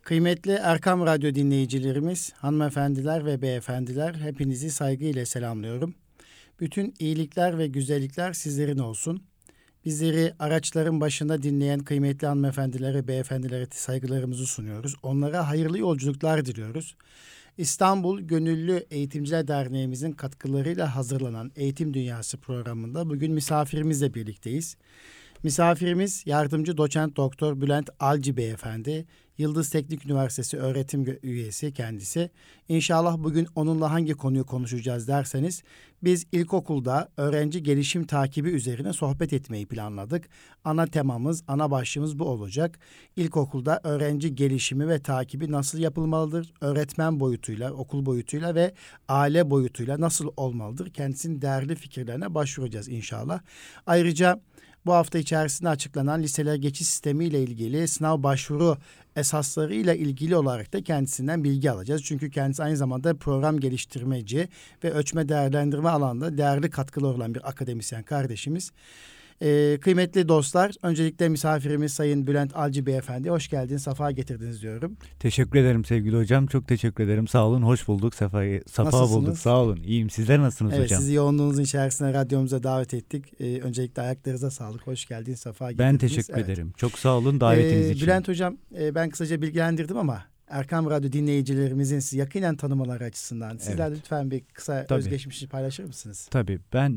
Kıymetli Erkam Radyo dinleyicilerimiz, hanımefendiler ve beyefendiler, hepinizi saygıyla selamlıyorum. Bütün iyilikler ve güzellikler sizlerin olsun. Bizleri araçların başında dinleyen kıymetli hanımefendilere, beyefendilere saygılarımızı sunuyoruz. Onlara hayırlı yolculuklar diliyoruz. İstanbul Gönüllü Eğitimciler Derneğimizin katkılarıyla hazırlanan Eğitim Dünyası programında bugün misafirimizle birlikteyiz. Misafirimiz yardımcı doçent doktor Bülent Alci Beyefendi, Yıldız Teknik Üniversitesi öğretim üyesi kendisi. İnşallah bugün onunla hangi konuyu konuşacağız derseniz, biz ilkokulda öğrenci gelişim takibi üzerine sohbet etmeyi planladık. Ana temamız, ana başlığımız bu olacak. İlkokulda öğrenci gelişimi ve takibi nasıl yapılmalıdır? Öğretmen boyutuyla, okul boyutuyla ve aile boyutuyla nasıl olmalıdır? Kendisinin değerli fikirlerine başvuracağız inşallah. Ayrıca bu hafta içerisinde açıklanan liselere geçiş sistemi ile ilgili sınav başvuru esaslarıyla ilgili olarak da kendisinden bilgi alacağız. Çünkü kendisi aynı zamanda program geliştirmeci ve ölçme değerlendirme alanında değerli katkıları olan bir akademisyen kardeşimiz. Kıymetli dostlar, öncelikle misafirimiz Sayın Bülent Alci Beyefendi, hoş geldiniz, safa getirdiniz diyorum. Teşekkür ederim sevgili hocam. Çok teşekkür ederim. Sağ olun. Hoş bulduk. Safa bulduk. Sağ olun. İyiyim. Sizler nasılsınız hocam? Sizi yoğunluğunuzun içerisine radyomuza davet ettik. Öncelikle ayaklarınıza sağlık. Hoş geldiniz. Safa getirdiniz. Ben teşekkür ederim. Çok sağ olun davetiniz için. Bülent hocam, ben kısaca bilgilendirdim ama Erkam Radyo dinleyicilerimizin sizi yakinen tanımaları açısından sizler lütfen bir kısa özgeçmişi paylaşır mısınız? Tabii. Ben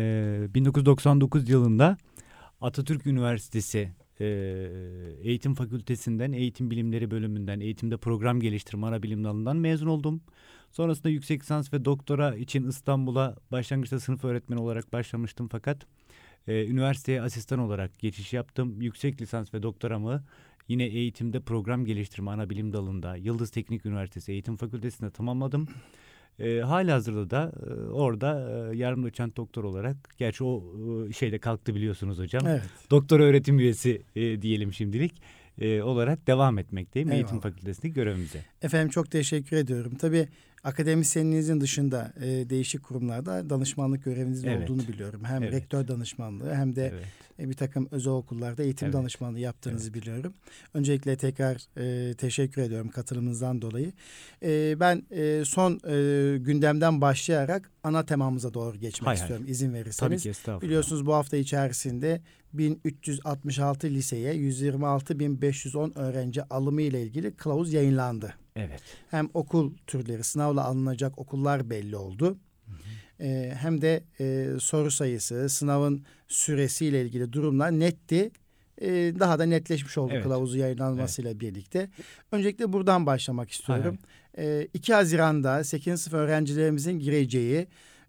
1999 yılında Atatürk Üniversitesi Eğitim Fakültesinden, Eğitim Bilimleri bölümünden, eğitimde program geliştirme ana bilim dalından mezun oldum. Sonrasında yüksek lisans ve doktora için İstanbul'a başlangıçta sınıf öğretmeni olarak başlamıştım fakat üniversiteye asistan olarak geçiş yaptım. Yüksek lisans ve doktoramı yine eğitimde program geliştirme ana bilim dalında Yıldız Teknik Üniversitesi Eğitim Fakültesi'nde tamamladım. Halihazırda da orada yardım doçent doktor olarak, gerçi o şeyde kalktı biliyorsunuz hocam. Evet. Doktor öğretim üyesi diyelim şimdilik olarak devam etmekteyim. Eyvallah. Eğitim fakültesindeki görevimize. Efendim çok teşekkür ediyorum. Tabii akademisyeninizin dışında değişik kurumlarda danışmanlık görevinizin olduğunu biliyorum. Hem rektör danışmanlığı hem de bir takım özel okullarda eğitim danışmanlığı yaptığınızı biliyorum. Öncelikle tekrar teşekkür ediyorum katılımınızdan dolayı. Ben son gündemden başlayarak ana temamıza doğru geçmek istiyorum izin verirseniz. Tabii ki, estağfurullah. Biliyorsunuz bu hafta içerisinde 1366 liseye 126.510 öğrenci alımı ile ilgili kılavuz yayınlandı. Evet. Hem okul türleri, sınavla alınacak okullar belli oldu. Hem de soru sayısı, sınavın süresiyle ilgili durumlar netti. Daha da netleşmiş oldu kılavuzu yayınlanmasıyla birlikte. Öncelikle buradan başlamak istiyorum. 2 Haziran'da 8. sınıf öğrencilerimizin gireceği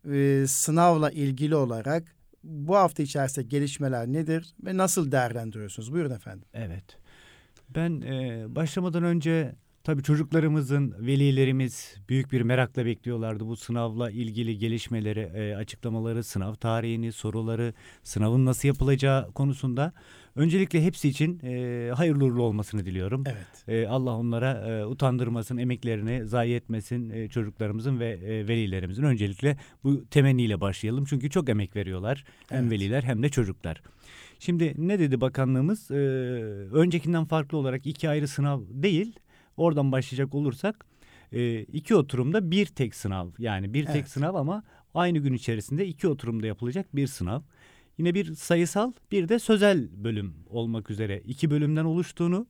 sınavla ilgili olarak bu hafta içerisinde gelişmeler nedir ve nasıl değerlendiriyorsunuz? Buyurun efendim. Evet. Ben başlamadan önce tabii çocuklarımızın, velilerimiz büyük bir merakla bekliyorlardı bu sınavla ilgili gelişmeleri, açıklamaları, sınav tarihini, soruları, sınavın nasıl yapılacağı konusunda. Öncelikle hepsi için hayırlı uğurlu olmasını diliyorum. Evet. Allah onlara utandırmasın, emeklerini zayi etmesin çocuklarımızın ve velilerimizin. Öncelikle bu temenniyle başlayalım. Çünkü çok emek veriyorlar. Hem veliler hem de çocuklar. Şimdi ne dedi bakanlığımız? Öncekinden farklı olarak 2 ayrı sınav değil. Oradan başlayacak olursak 2 oturumda bir tek sınav. Yani bir tek sınav ama aynı gün içerisinde 2 oturumda yapılacak bir sınav. Yine bir sayısal, bir de sözel bölüm olmak üzere 2 bölümden oluştuğunu,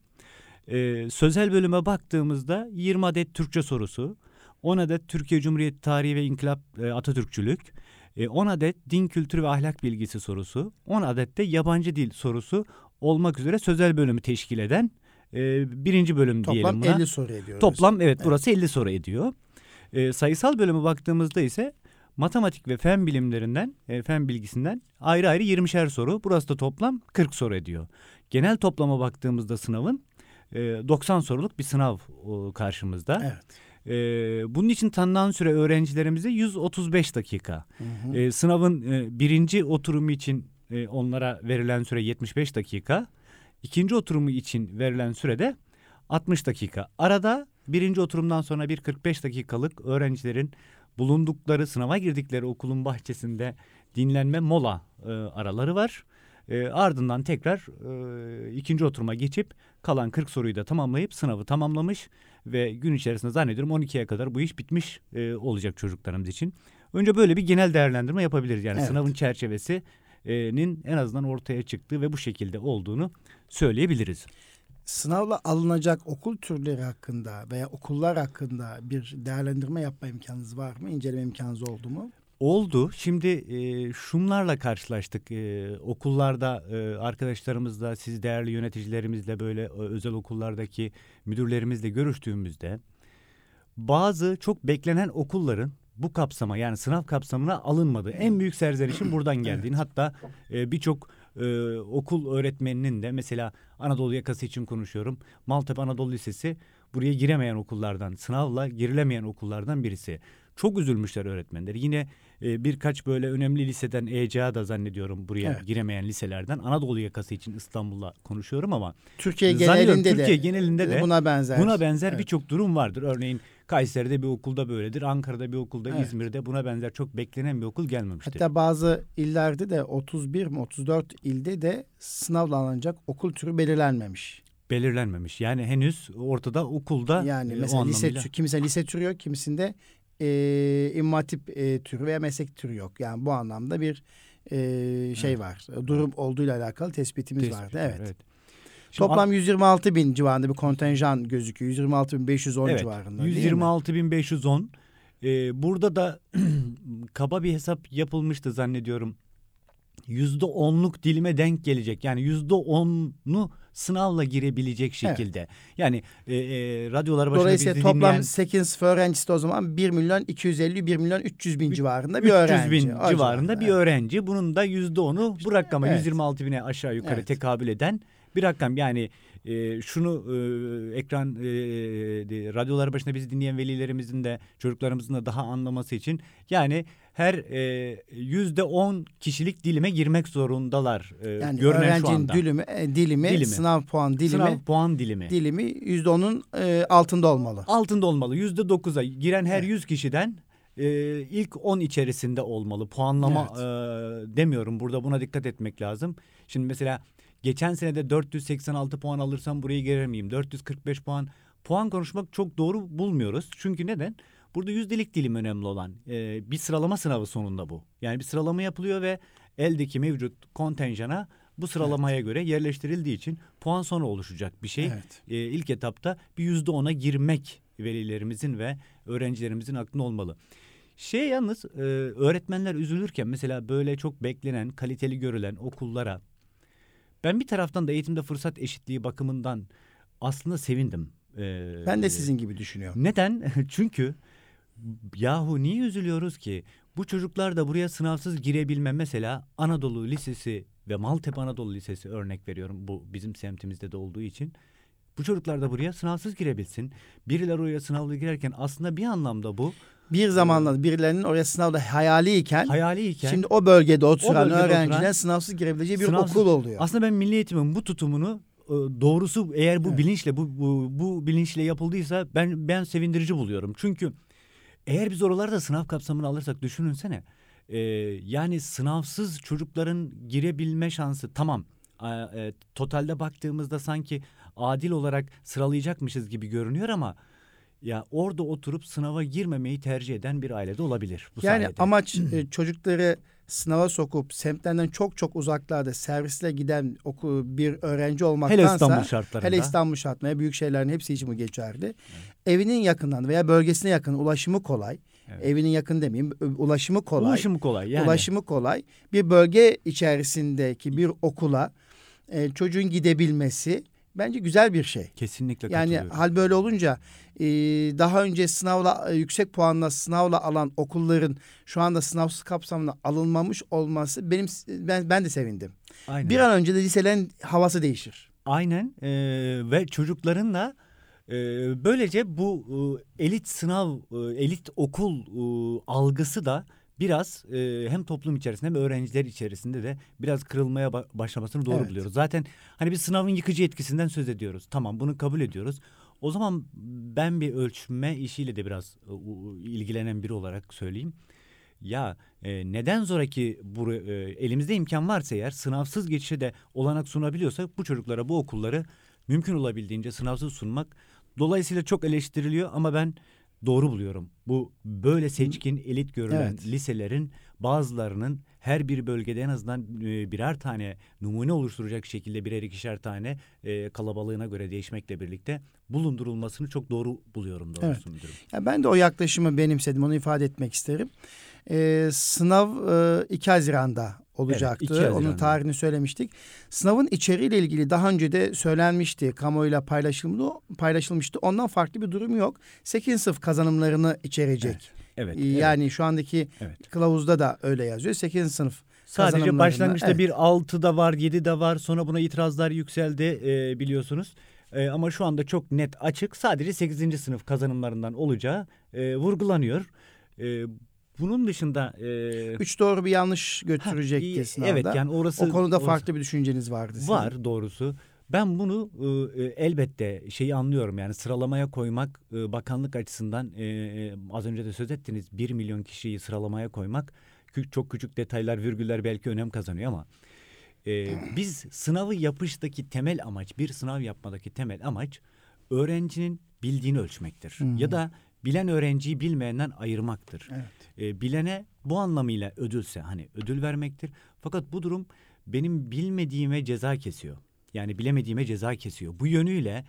sözel bölüme baktığımızda 20 adet Türkçe sorusu, 10 adet Türkiye Cumhuriyeti Tarihi ve İnkılap Atatürkçülük, 10 adet din, kültür ve ahlak bilgisi sorusu, 10 adet de yabancı dil sorusu olmak üzere sözel bölümü teşkil eden birinci bölüm toplam diyelim buna. Toplam 50 soru ediyoruz. Toplam burası 50 soru ediyor. Sayısal bölüme baktığımızda ise matematik ve fen bilimlerinden, fen bilgisinden ayrı ayrı 20'şer soru. Burası da toplam 40 soru ediyor. Genel toplama baktığımızda sınavın 90 soruluk bir sınav karşımızda. Evet. Bunun için tanınan süre öğrencilerimize 135 dakika. Sınavın birinci oturumu için onlara verilen süre 75 dakika. İkinci oturumu için verilen sürede 60 dakika. Arada birinci oturumdan sonra bir 45 dakikalık öğrencilerin bulundukları, sınava girdikleri okulun bahçesinde dinlenme mola araları var. Ardından tekrar ikinci oturuma geçip kalan 40 soruyu da tamamlayıp sınavı tamamlamış ve gün içerisinde zannediyorum 12'ye kadar bu iş bitmiş olacak çocuklarımız için. Önce böyle bir genel değerlendirme yapabiliriz. Yani sınavın çerçevesinin en azından ortaya çıktığı ve bu şekilde olduğunu söyleyebiliriz. Sınavla alınacak okul türleri hakkında veya okullar hakkında bir değerlendirme yapma imkanınız var mı? İnceleme imkanınız oldu mu? Oldu. Şimdi şunlarla karşılaştık. Okullarda arkadaşlarımızla, siz değerli yöneticilerimizle böyle özel okullardaki müdürlerimizle görüştüğümüzde bazı çok beklenen okulların bu kapsama yani sınav kapsamına alınmadığı en büyük serzenişin buradan geldiğini hatta birçok okul öğretmeninin de mesela Anadolu yakası için konuşuyorum. Maltepe Anadolu Lisesi buraya giremeyen okullardan, sınavla girilemeyen okullardan birisi. Çok üzülmüşler öğretmenler. Yine birkaç böyle önemli liseden ECA da zannediyorum buraya giremeyen liselerden. Anadolu yakası için İstanbul'la konuşuyorum ama Türkiye genelinde de buna benzer birçok durum vardır. Örneğin Kayseri'de bir okulda böyledir. Ankara'da bir okulda, İzmir'de buna benzer çok beklenen bir okul gelmemiştir. Hatta bazı illerde de 31 mi 34 ilde de sınavla alınacak okul türü belirlenmemiş. Yani henüz ortada okulda yani mesela kimisinde lise türü yok, kimisinde İmam Hatip türü veya meslek türü yok. Yani bu anlamda bir şey var. Durum olduğuyla alakalı tespitimiz vardı. Evet. Toplam 126 bin civarında bir kontenjan gözüküyor. 126.510 civarında. 126.510. Burada da kaba bir hesap yapılmıştı zannediyorum. %10'luk dilime denk gelecek. Yani %10'u sınavla girebilecek şekilde. Yani radyolar başına bizi dinleyen... Dolayısıyla toplam 8 öğrencisi de o zaman 1.250.000-1.300.000 civarında bir öğrenci. 300.000 civarında bir öğrenci. Bunun da %10'u bu rakama 126.000'e aşağı yukarı tekabül eden bir rakam. Yani şunu ekran radyolar başında bizi dinleyen velilerimizin de çocuklarımızın da daha anlaması için yani her %10 kişilik dilime girmek zorundalar. Yani görünen şu anda. dilimi, sınav puan dilimi %10'un altında olmalı. Altında olmalı. %9'a giren her 100 kişiden ilk 10 içerisinde olmalı. Puanlama demiyorum. Burada buna dikkat etmek lazım. Şimdi mesela geçen sene de 486 puan alırsam buraya girer miyim? 445 puan konuşmak çok doğru bulmuyoruz. Çünkü neden? Burada yüzdelik dilim önemli olan. Bir sıralama sınavı sonunda bu. Yani bir sıralama yapılıyor ve eldeki mevcut kontenjana bu sıralamaya göre yerleştirildiği için puan sonra oluşacak bir şey. İlk etapta bir %10'a girmek velilerimizin ve öğrencilerimizin aklında olmalı. Yalnız öğretmenler üzülürken mesela böyle çok beklenen, kaliteli görülen okullara ben bir taraftan da eğitimde fırsat eşitliği bakımından aslında sevindim. Ben de sizin gibi düşünüyorum. Neden? Çünkü yahu niye üzülüyoruz ki? Bu çocuklar da buraya sınavsız girebilme mesela Anadolu Lisesi ve Maltepe Anadolu Lisesi örnek veriyorum. Bu bizim semtimizde de olduğu için. Bu çocuklar da buraya sınavsız girebilsin. Birileri oraya sınavlı girerken aslında bir anlamda bu. Bir zamanlar birilerinin oraya sınavda hayaliyken şimdi o bölgede oturan öğrenciler sınavsız girebileceği bir okul oluyor. Aslında ben Milli Eğitim'in bu tutumunu doğrusu eğer bu bilinçle bu bilinçle yapıldıysa ben sevindirici buluyorum. Çünkü eğer biz oralarda sınav kapsamını alırsak düşününsene. Yani sınavsız çocukların girebilme şansı tamam. Totalde baktığımızda sanki adil olarak sıralayacakmışız gibi görünüyor ama ya orada oturup sınava girmemeyi tercih eden bir aile de olabilir bu yani sayede. Amaç çocukları sınava sokup semtlerinden çok uzaklarda servisle giden bir öğrenci olmaktansa hele İstanbul şartlarında büyük şehirlerin hepsi için bu geçerli. Evet. Evinin yakından veya bölgesine yakın ulaşımı kolay. Evet. Evinin yakın demeyeyim, ulaşımı kolay. Bir bölge içerisindeki bir okula çocuğun gidebilmesi bence güzel bir şey. Kesinlikle katılıyorum. Yani hal böyle olunca daha önce yüksek puanla sınavla alan okulların şu anda sınavsız kapsamına alınmamış olması ben de sevindim. Aynen. Bir an önce de liselerin havası değişir. Aynen ve çocukların da böylece bu elit okul algısı da biraz hem toplum içerisinde hem öğrenciler içerisinde de biraz kırılmaya başlamasını doğru buluyoruz. Zaten hani bir sınavın yıkıcı etkisinden söz ediyoruz. Tamam, bunu kabul ediyoruz. O zaman ben bir ölçme işiyle de biraz ilgilenen biri olarak söyleyeyim. Ya neden zoraki elimizde imkan varsa eğer sınavsız geçişe de olanak sunabiliyorsak bu çocuklara bu okulları mümkün olabildiğince sınavsız sunmak dolayısıyla çok eleştiriliyor ama ben doğru buluyorum. Bu böyle seçkin elit görülen Evet. liselerin bazılarının her bir bölgede en azından birer tane numune oluşturacak şekilde birer ikişer tane kalabalığına göre değişmekle birlikte bulundurulmasını çok doğru buluyorum doğrusu müdürüm. Ya ben de o yaklaşımı benimsedim. Onu ifade etmek isterim. Sınav 2 Haziran'da olacaktı. Evet, 2 Haziran'da. Onun tarihini söylemiştik. Sınavın içeriğiyle ilgili daha önce de söylenmişti. Kamuoyuyla paylaşılmıştı. Ondan farklı bir durum yok. 8. sınıf kazanımlarını içerecek. Evet. Yani şu andaki kılavuzda da öyle yazıyor. 8. sınıf sadece başlangıçta bir 6 da var, 7 de var. Sonra buna itirazlar yükseldi biliyorsunuz. Ama şu anda çok net açık. Sadece 8. sınıf kazanımlarından olacağı vurgulanıyor. Bunun dışında 3 doğru bir yanlış götürecekti sınavda. Evet, yani orası o konuda farklı bir düşünceniz vardı sizin. Var doğrusu. Ben bunu elbette anlıyorum, yani sıralamaya koymak bakanlık açısından az önce de söz ettiniz 1 milyon kişiyi sıralamaya koymak çok küçük detaylar, virgüller belki önem kazanıyor ama biz sınavı yapıştaki temel amaç, bir sınav yapmadaki temel amaç öğrencinin bildiğini ölçmektir. Ya da bilen öğrenciyi bilmeyenden ayırmaktır. Evet. Bilene bu anlamıyla ödülse ödül vermektir. Fakat bu durum benim bilmediğime ceza kesiyor. Yani bilemediğime ceza kesiyor. Bu yönüyle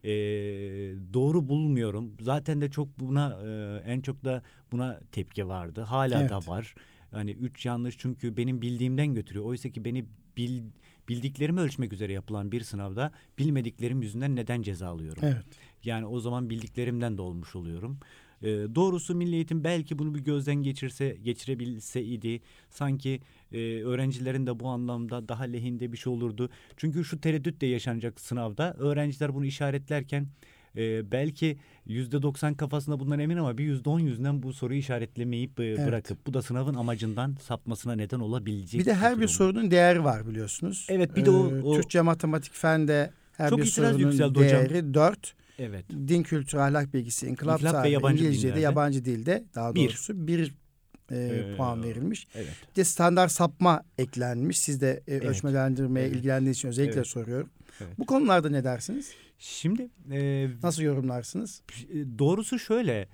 doğru bulmuyorum. Zaten de çok en çok da buna tepki vardı. Hala da var. Hani 3 yanlış çünkü benim bildiğimden götürüyor. Oysa ki beni bildiklerimi ölçmek üzere yapılan bir sınavda bilmediklerim yüzünden neden ceza alıyorum? Evet. Yani o zaman bildiklerimden de olmuş oluyorum. Doğrusu Milli Eğitim belki bunu bir gözden geçirebilseydi sanki öğrencilerin de bu anlamda daha lehinde bir şey olurdu. Çünkü şu tereddüt de yaşanacak sınavda. Öğrenciler bunu işaretlerken belki %90 kafasında bundan emin ama bir %10 yüzünden bu soruyu işaretlemeyip bırakıp bu da sınavın amacından sapmasına neden olabilecek. Bir de her bir sorunun değeri var biliyorsunuz. Evet, bir de o Türkçe, matematik, fende her çok bir itiraz sorunun yükseldi değeri hocam. 4. Evet. Din kültürü, ahlak bilgisi, inkılap ve tarihi, yabancı İngilizce'de, dinlerde. yabancı dilde daha Bir. doğrusu 1 puan verilmiş. Evet. Bir de standart sapma eklenmiş. Siz de ölçmelendirmeye ilgilendiğiniz için özellikle soruyorum. Evet. Bu konularda ne dersiniz? Şimdi nasıl yorumlarsınız? Doğrusu şöyle,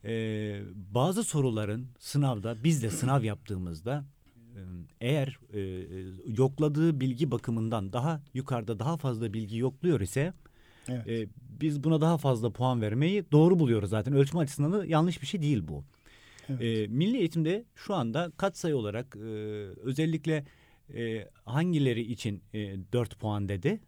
bazı soruların sınavda biz de sınav yaptığımızda eğer yokladığı bilgi bakımından daha yukarıda daha fazla bilgi yokluyor ise biz buna daha fazla puan vermeyi doğru buluyoruz zaten. Ölçme açısından da yanlış bir şey değil bu. Evet. Milli Eğitim'de şu anda katsayı olarak özellikle hangileri için 4 puan dedi?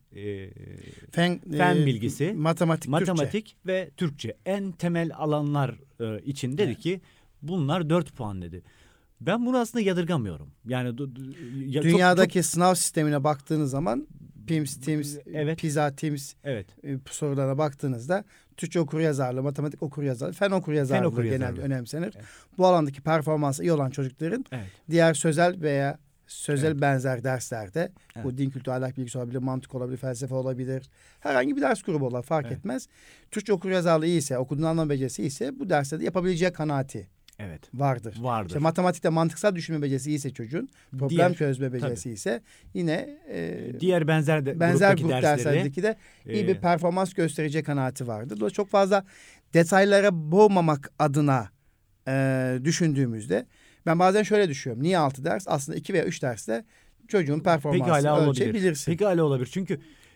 Fen bilgisi, matematik ve Türkçe. En temel alanlar için dedi ki bunlar 4 puan dedi. Ben bunu aslında yadırgamıyorum. Yani dünyadaki sınav sistemine baktığınız zaman PIMS, PISA, TIMSS sorularına baktığınızda Türkçe okuryazarlığı, matematik okuryazarlığı, fen okuryazarlığı genelde önemsenir. Evet. Bu alandaki performansı iyi olan çocukların diğer sözel veya benzer derslerde bu din kültürü, ahlak bilgisi olabilir, mantık olabilir, felsefe olabilir. Herhangi bir ders grubu olabilir, fark etmez. Türkçe okuryazarlığı iyiyse, okuduğun anlam becerisi iyiyse bu derslerde yapabileceği kanaati vardır. İşte matematikte mantıksal düşünme becerisi iyiyse çocuğun, problem çözme becerisi ise yine diğer benzer grup derslerdeki de iyi bir performans gösterecek kanaati vardır. Dolayısıyla çok fazla detaylara boğmamak adına düşündüğümüzde ben bazen şöyle düşünüyorum. Niye 6 ders? Aslında 2 veya 3 derste çocuğun performansını ölçebilirsin. Pekala olabilir. Çünkü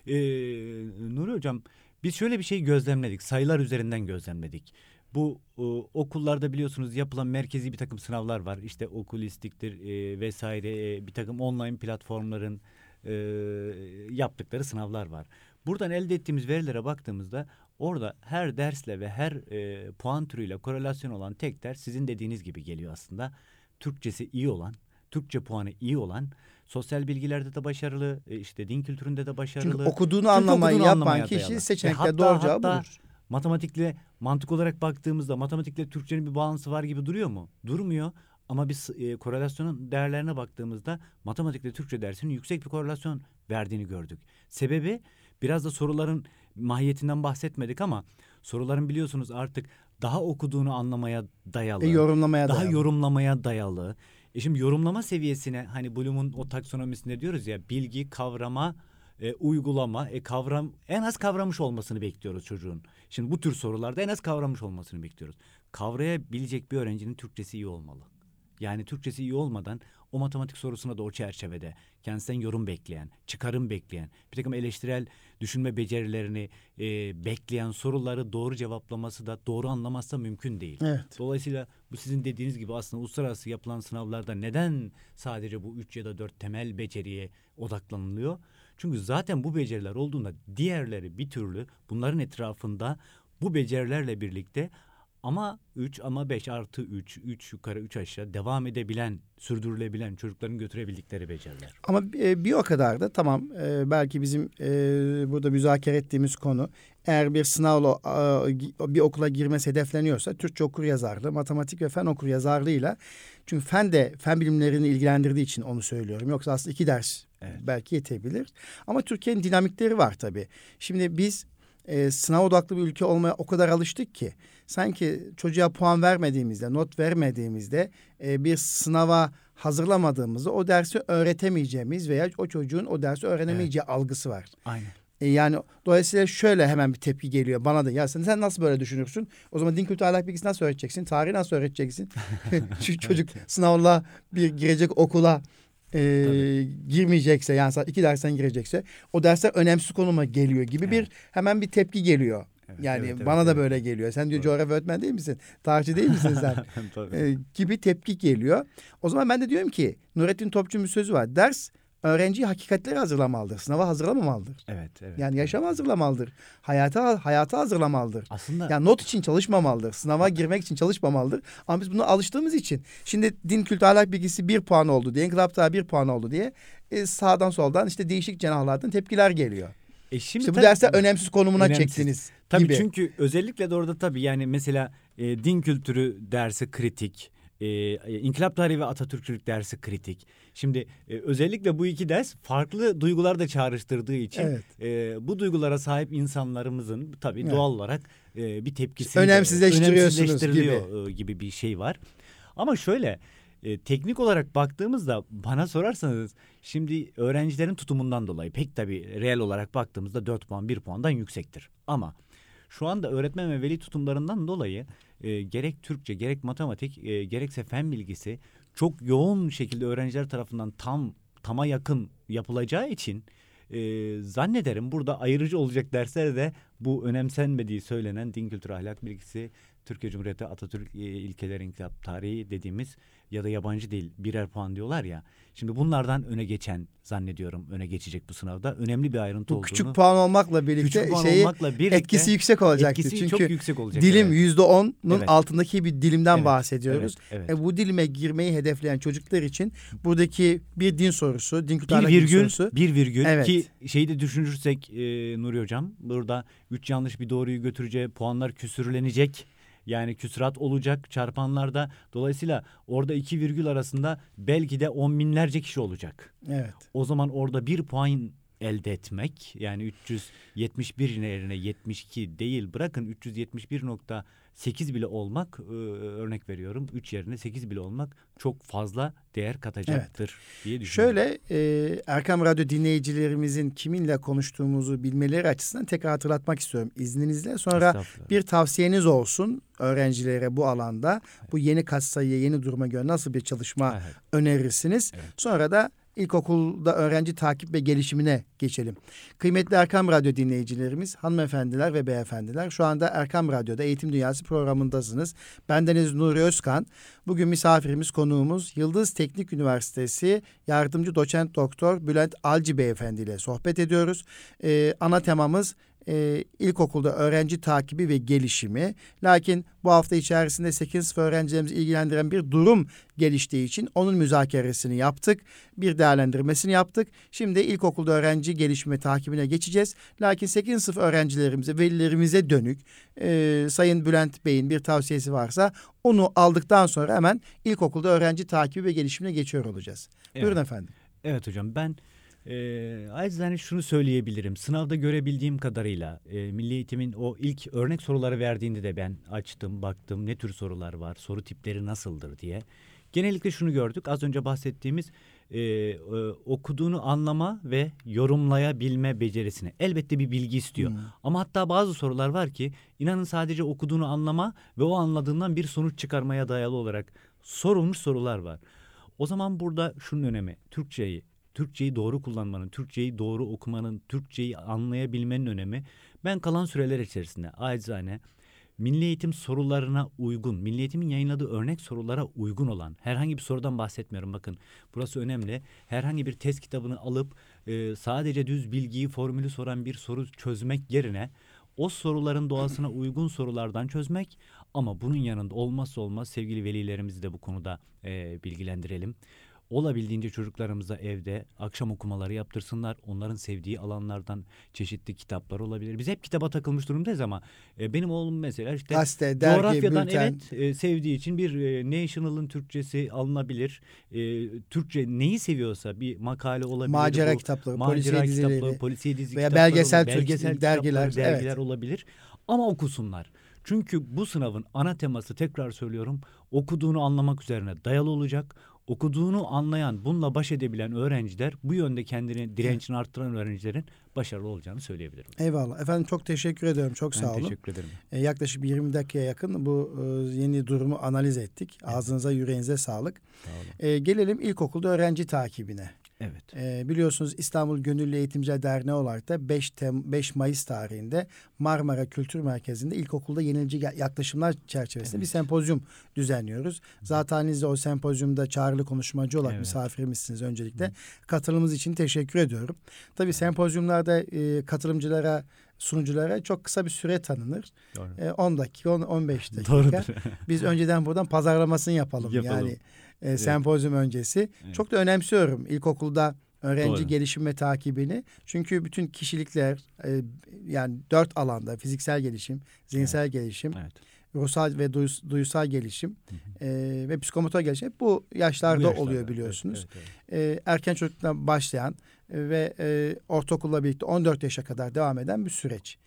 Nuri Hocam biz şöyle bir şey gözlemledik. Sayılar üzerinden gözlemledik. Bu okullarda biliyorsunuz yapılan merkezi bir takım sınavlar var. İşte okulistiktir vesaire bir takım online platformların yaptıkları sınavlar var. Buradan elde ettiğimiz verilere baktığımızda orada her dersle ve her puan türüyle korelasyon olan tek ders sizin dediğiniz gibi geliyor aslında. Türkçesi iyi olan, Türkçe puanı iyi olan, sosyal bilgilerde de başarılı, işte din kültüründe de başarılı. Çünkü okuduğunu anlamayı yapan kişi seçenekte doğru cevabı bulur. Matematikle mantık olarak baktığımızda matematikle Türkçenin bir bağlantısı var gibi duruyor mu? Durmuyor. Ama biz korelasyonun değerlerine baktığımızda matematikle Türkçe dersinin yüksek bir korelasyon verdiğini gördük. Sebebi biraz da soruların mahiyetinden bahsetmedik ama Soruların biliyorsunuz artık daha okuduğunu anlamaya dayalı. Yorumlamaya daha dayalı. yorumlamaya dayalı. Şimdi yorumlama seviyesine hani Bloom'un o taksonomisinde diyoruz ya, bilgi, kavrama, uygulama, kavram, en az kavramış olmasını bekliyoruz çocuğun. Şimdi bu tür sorularda en az kavramış olmasını bekliyoruz. Kavrayabilecek bir öğrencinin Türkçesi iyi olmalı. Yani Türkçesi iyi olmadan o matematik sorusuna da o çerçevede kendisinden yorum bekleyen, çıkarım bekleyen, bir takım eleştirel düşünme becerilerini bekleyen soruları doğru cevaplaması da, doğru anlaması da mümkün değil. Evet. Dolayısıyla bu sizin dediğiniz gibi aslında uluslararası yapılan sınavlarda neden sadece bu 3 ya da 4 temel beceriye odaklanılıyor? Çünkü zaten bu beceriler olduğunda diğerleri bir türlü bunların etrafında bu becerilerle birlikte ama 3 ama 5 artı 3, 3 yukarı 3 aşağı devam edebilen, sürdürülebilen, çocukların götürebildikleri beceriler. Ama bir o kadar da tamam, belki bizim burada müzakere ettiğimiz konu, eğer bir sınavla bir okula girmesi hedefleniyorsa Türkçe okuryazarlığı, matematik ve fen okuryazarlığıyla, çünkü fen bilimlerini ilgilendirdiği için onu söylüyorum. Yoksa aslında 2 ders belki yetebilir. Ama Türkiye'nin dinamikleri var tabii. Şimdi biz sınav odaklı bir ülke olmaya o kadar alıştık ki sanki çocuğa puan vermediğimizde, not vermediğimizde, bir sınava hazırlamadığımızda o dersi öğretemeyeceğimiz veya o çocuğun o dersi öğrenemeyeceği algısı var. Aynen. Yani dolayısıyla şöyle hemen bir tepki geliyor bana da. Ya sen nasıl böyle düşünürsün? O zaman din kültürü ahlak bilgisi nasıl öğreteceksin? Tarihi nasıl öğreteceksin? Şu çocuk sınavla bir girecek okula girmeyecekse, yani 2 dersten girecekse o dersler önemsiz konuma geliyor gibi bir hemen bir tepki geliyor. Yani bana da böyle geliyor. Sen diyor coğrafya öğretmen değil misin? Tarihçi değil misin sen? Gibi tepki geliyor. O zaman ben de diyorum ki Nurettin Topçu'nun bir sözü var. Ders öğrenciyi hakikatlere hazırlamalıdır. Sınava hazırlamamalıdır. Evet. Yani yaşama hazırlamalıdır. Hayata hazırlamalıdır. Aslında yani not için çalışmamalıdır. Sınava girmek için çalışmamalıdır. Ama biz buna alıştığımız için şimdi din kültürü ahlak bilgisi 1 puan oldu diye, inkılap tarihi 1 puan oldu diye sağdan soldan işte değişik cenahlardan tepkiler geliyor. şimdi İşte bu dersler önemsiz konumuna çektiniz tabii gibi. Çünkü özellikle de orada tabii yani mesela din kültürü dersi kritik, İnkılap tarihi ve Atatürkçülük dersi kritik. Şimdi özellikle bu 2 ders farklı duygular da çağrıştırdığı için bu duygulara sahip insanlarımızın tabii doğal olarak bir tepkisi önemsizleştiriliyor gibi bir şey var. Ama şöyle teknik olarak baktığımızda bana sorarsanız şimdi öğrencilerin tutumundan dolayı pek tabii reel olarak baktığımızda 4 puan 1 puandan yüksektir. Ama şu anda öğretmen ve veli tutumlarından dolayı gerek Türkçe, gerek matematik, gerekse fen bilgisi çok yoğun şekilde öğrenciler tarafından tama yakın yapılacağı için zannederim burada ayırıcı olacak derslerde de bu önemsenmediği söylenen din kültürü ahlak bilgisi, Türkiye Cumhuriyeti, Atatürk ilkeleri, inkılap tarihi dediğimiz ya da yabancı dil birer puan diyorlar ya. Şimdi bunlardan öne geçecek bu sınavda. Önemli bir ayrıntı bu olduğunu. Küçük puan olmakla birlikte etkisi yüksek olacaktır. Etkisi çok yüksek olacak. Dilim %10'un altındaki bir dilimden bahsediyoruz. Evet. Bu dilime girmeyi hedefleyen çocuklar için buradaki bir din sorusu, din kültürü sorusu. Bir virgül ki şeyi de düşünürsek Nuri Hocam, burada 3 yanlış bir doğruyu götüreceği puanlar küsürlenecek. Yani küsurat olacak çarpanlarda. Dolayısıyla orada 2 virgül arasında belki de 10 binlerce kişi olacak. Evet. O zaman orada 1 puan elde etmek, yani 371 yerine 72 değil, bırakın 371.8 bile olmak, örnek veriyorum 3 yerine 8 bile olmak çok fazla değer katacaktır diye düşünüyorum. Şöyle Erkam Radyo dinleyicilerimizin kiminle konuştuğumuzu bilmeleri açısından tekrar hatırlatmak istiyorum izninizle. Sonra bir tavsiyeniz olsun öğrencilere bu alanda, bu yeni katsayıya, yeni duruma göre nasıl bir çalışma önerirsiniz? Sonra da İlkokulda öğrenci takip ve gelişimine geçelim. Kıymetli Erkam Radyo dinleyicilerimiz, hanımefendiler ve beyefendiler, şu anda Erkam Radyo'da Eğitim Dünyası programındasınız. Bendeniz Nuri Özkan. Bugün misafirimiz, konuğumuz Yıldız Teknik Üniversitesi Yardımcı Doçent Doktor Bülent Alci Beyefendi ile sohbet ediyoruz. Ana temamız ilkokulda öğrenci takibi ve gelişimi. Lakin bu hafta içerisinde 8. sınıf öğrencilerimizi ilgilendiren bir durum geliştiği için onun müzakeresini yaptık. Bir değerlendirmesini yaptık. Şimdi ilkokulda öğrenci gelişimi takibine geçeceğiz. Lakin 8. sınıf öğrencilerimize, velilerimize dönük Sayın Bülent Bey'in bir tavsiyesi varsa onu aldıktan sonra hemen ilkokulda öğrenci takibi ve gelişimine geçiyor olacağız. Buyurun efendim. Evet hocam, ben Acizane şunu söyleyebilirim. Sınavda görebildiğim kadarıyla Milli Eğitim'in o ilk örnek soruları verdiğinde de ben açtım, baktım ne tür sorular var, soru tipleri nasıldır diye. Genellikle şunu gördük. Az önce bahsettiğimiz okuduğunu anlama ve yorumlayabilme becerisini. Elbette bir bilgi istiyor. Ama hatta bazı sorular var ki inanın sadece okuduğunu anlama ve o anladığından bir sonuç çıkarmaya dayalı olarak sorulmuş sorular var. O zaman burada şunun önemi. Türkçeyi doğru kullanmanın, Türkçeyi doğru okumanın, Türkçeyi anlayabilmenin önemi. Ben kalan süreler içerisinde acizane Milli Eğitim sorularına uygun, Milli Eğitim'in yayınladığı örnek sorulara uygun olan herhangi bir sorudan bahsetmiyorum. Bakın burası önemli. Herhangi bir test kitabını alıp sadece düz bilgiyi, formülü soran bir soru çözmek yerine o soruların doğasına uygun sorulardan çözmek, ama bunun yanında olmazsa olmaz sevgili velilerimizi de bu konuda bilgilendirelim. Olabildiğince çocuklarımıza evde akşam okumaları yaptırsınlar. Onların sevdiği alanlardan çeşitli kitaplar olabilir. Biz hep kitaba takılmış durumdayız ama benim oğlum mesela işte Gazete, dergi, coğrafyadan bülten. sevdiği için bir National'ın Türkçesi alınabilir. Türkçe neyi seviyorsa bir makale olabilir. Macera kitapları, polisiye dizileri polisiye dizi veya kitapları belgesel olabilir, belgesel dergiler, kitapları, dergiler evet. olabilir. Ama okusunlar. Çünkü bu sınavın ana teması, tekrar söylüyorum, okuduğunu anlamak üzerine dayalı olacak. Okuduğunu anlayan, bununla baş edebilen öğrenciler, bu yönde kendini direncini arttıran öğrencilerin başarılı olacağını söyleyebilirim. Eyvallah. Efendim çok teşekkür ediyorum. Çok Ben sağ olun. teşekkür ederim. Yaklaşık 20 dakikaya yakın bu yeni durumu analiz ettik. Ağzınıza, yüreğinize sağlık. Sağ olun. Gelelim ilkokulda öğrenci takibine. Evet. Biliyorsunuz İstanbul Gönüllü Eğitimciler Derneği olarak da 5 Mayıs tarihinde Marmara Kültür Merkezi'nde ilkokulda yenilikçi yaklaşımlar çerçevesinde bir sempozyum düzenliyoruz. Zaten siz de o sempozyumda çağrılı konuşmacı olarak misafirimizsiniz öncelikle. Katılımınız için teşekkür ediyorum. Tabii sempozyumlarda katılımcılara, sunuculara çok kısa bir süre tanınır. 10 dakika, 15 dakika. Doğrudur. Biz önceden buradan pazarlamasını yapalım. Yani sempozyum öncesi. Evet. Çok da önemsiyorum ilkokulda öğrenci gelişim ve takibini. Çünkü bütün kişilikler yani 4 alanda fiziksel gelişim, zihinsel gelişim, ruhsal ve duysal gelişim ve psikomotor gelişim bu yaşlarda oluyor biliyorsunuz. Erken çocukluktan başlayan ve ortaokulla birlikte 14 yaşa kadar devam eden bir süreç.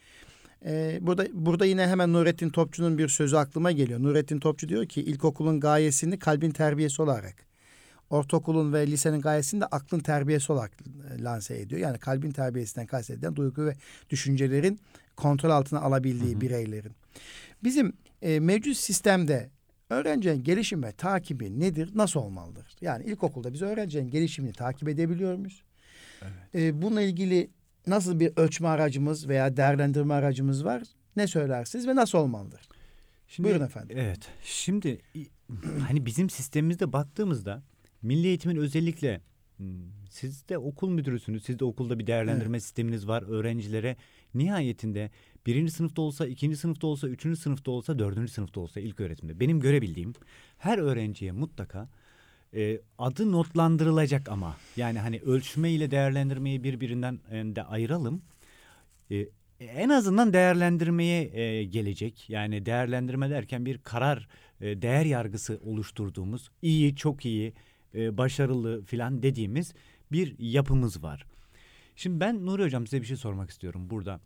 Burada yine hemen Nurettin Topçu'nun bir sözü aklıma geliyor. Nurettin Topçu diyor ki ilkokulun gayesini kalbin terbiyesi olarak, ortaokulun ve lisenin gayesini de aklın terbiyesi olarak lanse ediyor. Yani kalbin terbiyesinden kastedilen duygu ve düşüncelerin kontrol altına alabildiği bireylerin. Bizim mevcut sistemde öğrencinin gelişim ve takibi nedir, nasıl olmalıdır? Yani ilkokulda biz öğrencinin gelişimini takip edebiliyor muyuz? Evet. Bununla ilgili nasıl bir ölçme aracımız veya değerlendirme aracımız var? Ne söylersiniz ve nasıl olmalıdır? Şimdi, buyurun efendim. Evet. Şimdi hani bizim sistemimizde baktığımızda Milli Eğitim'in özellikle siz de okul müdürüsünüz. Siz de okulda bir değerlendirme sisteminiz var. Öğrencilere nihayetinde 1. sınıfta olsa, 2. sınıfta olsa, 3. sınıfta olsa, 4. sınıfta olsa ilk öğretimde benim görebildiğim her öğrenciye mutlaka adı notlandırılacak ama yani hani ölçme ile değerlendirmeyi birbirinden de ayıralım. En azından değerlendirmeye gelecek. Yani değerlendirme derken bir karar, değer yargısı oluşturduğumuz iyi, çok iyi, başarılı filan dediğimiz bir yapımız var. Şimdi ben Nuri Hocam size bir şey sormak istiyorum burada.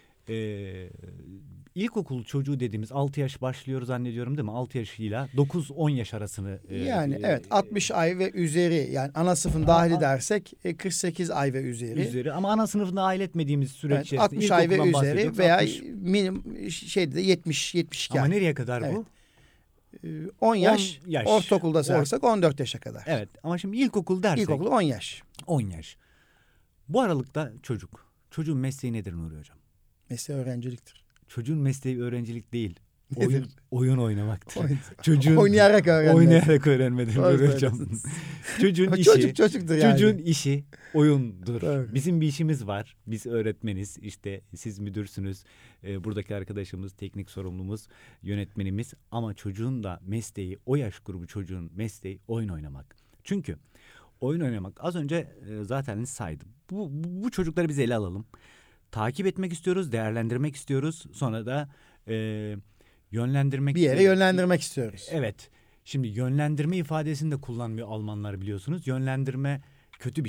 İlkokul çocuğu dediğimiz 6 yaş başlıyor zannediyorum değil mi? 6 yaşıyla 9-10 yaş arasını. Yani evet 60 ay ve üzeri yani ana sınıfın dahili dersek 48 ay ve üzeri. Ama ana sınıfını dahil etmediğimiz süreç içerisinde 60 ay ve üzeri veya 60. minimum şeyde 70-72 ay. Ama nereye kadar bu? 10 yaş. Ortaokulda sayarsak 14 yaşa kadar. Evet ama şimdi ilkokul dersek. İlkokul 10 yaş. 10 yaş. Bu aralıkta çocuğun mesleği nedir Nuri Hocam? Mesleği öğrenciliktir. Çocuğun mesleği öğrencilik değil. Oyun oynamaktır. Oynayarak öğrenmedir Nuri Hocam. Çocuğun işi, çocuktur yani. Çocuğun işi oyundur. Tabii. Bizim bir işimiz var. Biz öğretmeniz, işte siz müdürsünüz. Buradaki arkadaşımız, teknik sorumlumuz, yönetmenimiz. Ama çocuğun da mesleği, o yaş grubu çocuğun mesleği oyun oynamak. Çünkü oyun oynamak az önce zaten saydım. Bu çocukları biz ele alalım. Takip etmek istiyoruz, değerlendirmek istiyoruz. Sonra da yönlendirmek. Bir yere yönlendirmek istiyoruz. Evet. Şimdi yönlendirme ifadesini de kullanmıyor Almanlar biliyorsunuz. Yönlendirme kötü bir şey.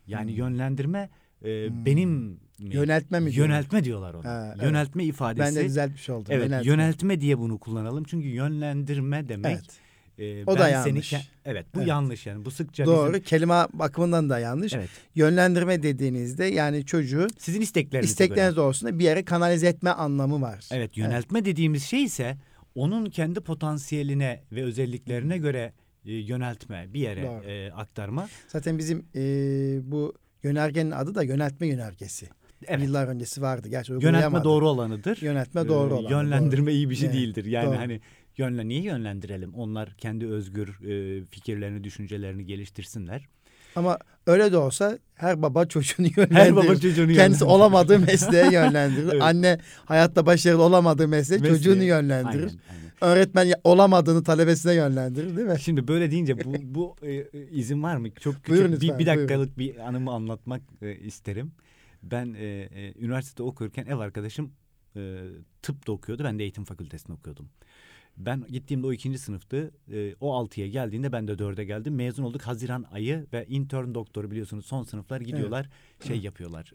Yani yönlendirme benim yöneltme mi diyorlar? Yöneltme diyorlar ona. Ha, evet. Yöneltme ifadesi. Ben de düzeltmiş oldum. Evet, yöneltme diye bunu kullanalım. Çünkü yönlendirme demek. Evet. O da yanlış. Evet, bu Evet. yanlış yani. Bu sıkça Doğru. Kelime bakımından da yanlış. Evet. Yönlendirme dediğinizde yani çocuğu Sizin istekleriniz doğrultusunda bir yere kanalize etme anlamı var. Evet, yöneltme dediğimiz şey ise onun kendi potansiyeline ve özelliklerine göre yöneltme, bir yere aktarma. Zaten bizim bu yönergenin adı da yöneltme yönergesi. Evet. Yıllar öncesi vardı. Gerçi Yöneltme doğru olanıdır. Yöneltme doğru olanı. Yönlendirme iyi bir şey Evet, değildir. Yani doğru. hani niye yönlendirelim? Onlar kendi özgür fikirlerini, düşüncelerini geliştirsinler. Ama öyle de olsa her baba çocuğunu yönlendirir. Her baba çocuğunu Kendisi olamadığı mesleğe yönlendirir. Evet. Anne hayatta başarılı olamadığı çocuğunu yönlendirir. Aynen. Öğretmen olamadığını talebesine yönlendirir, değil mi? Şimdi böyle deyince bu izin var mı? Çok küçük Buyurun lütfen, bir dakikalık bir anımı anlatmak isterim. Ben üniversitede okurken ev arkadaşım tıpta okuyordu. Ben de eğitim fakültesinde okuyordum. Ben gittiğimde o 2. sınıftı. O 6'ya geldiğinde ben de 4'e geldim. Mezun olduk Haziran ayı ve intern doktoru biliyorsunuz son sınıflar gidiyorlar. Yapıyorlar.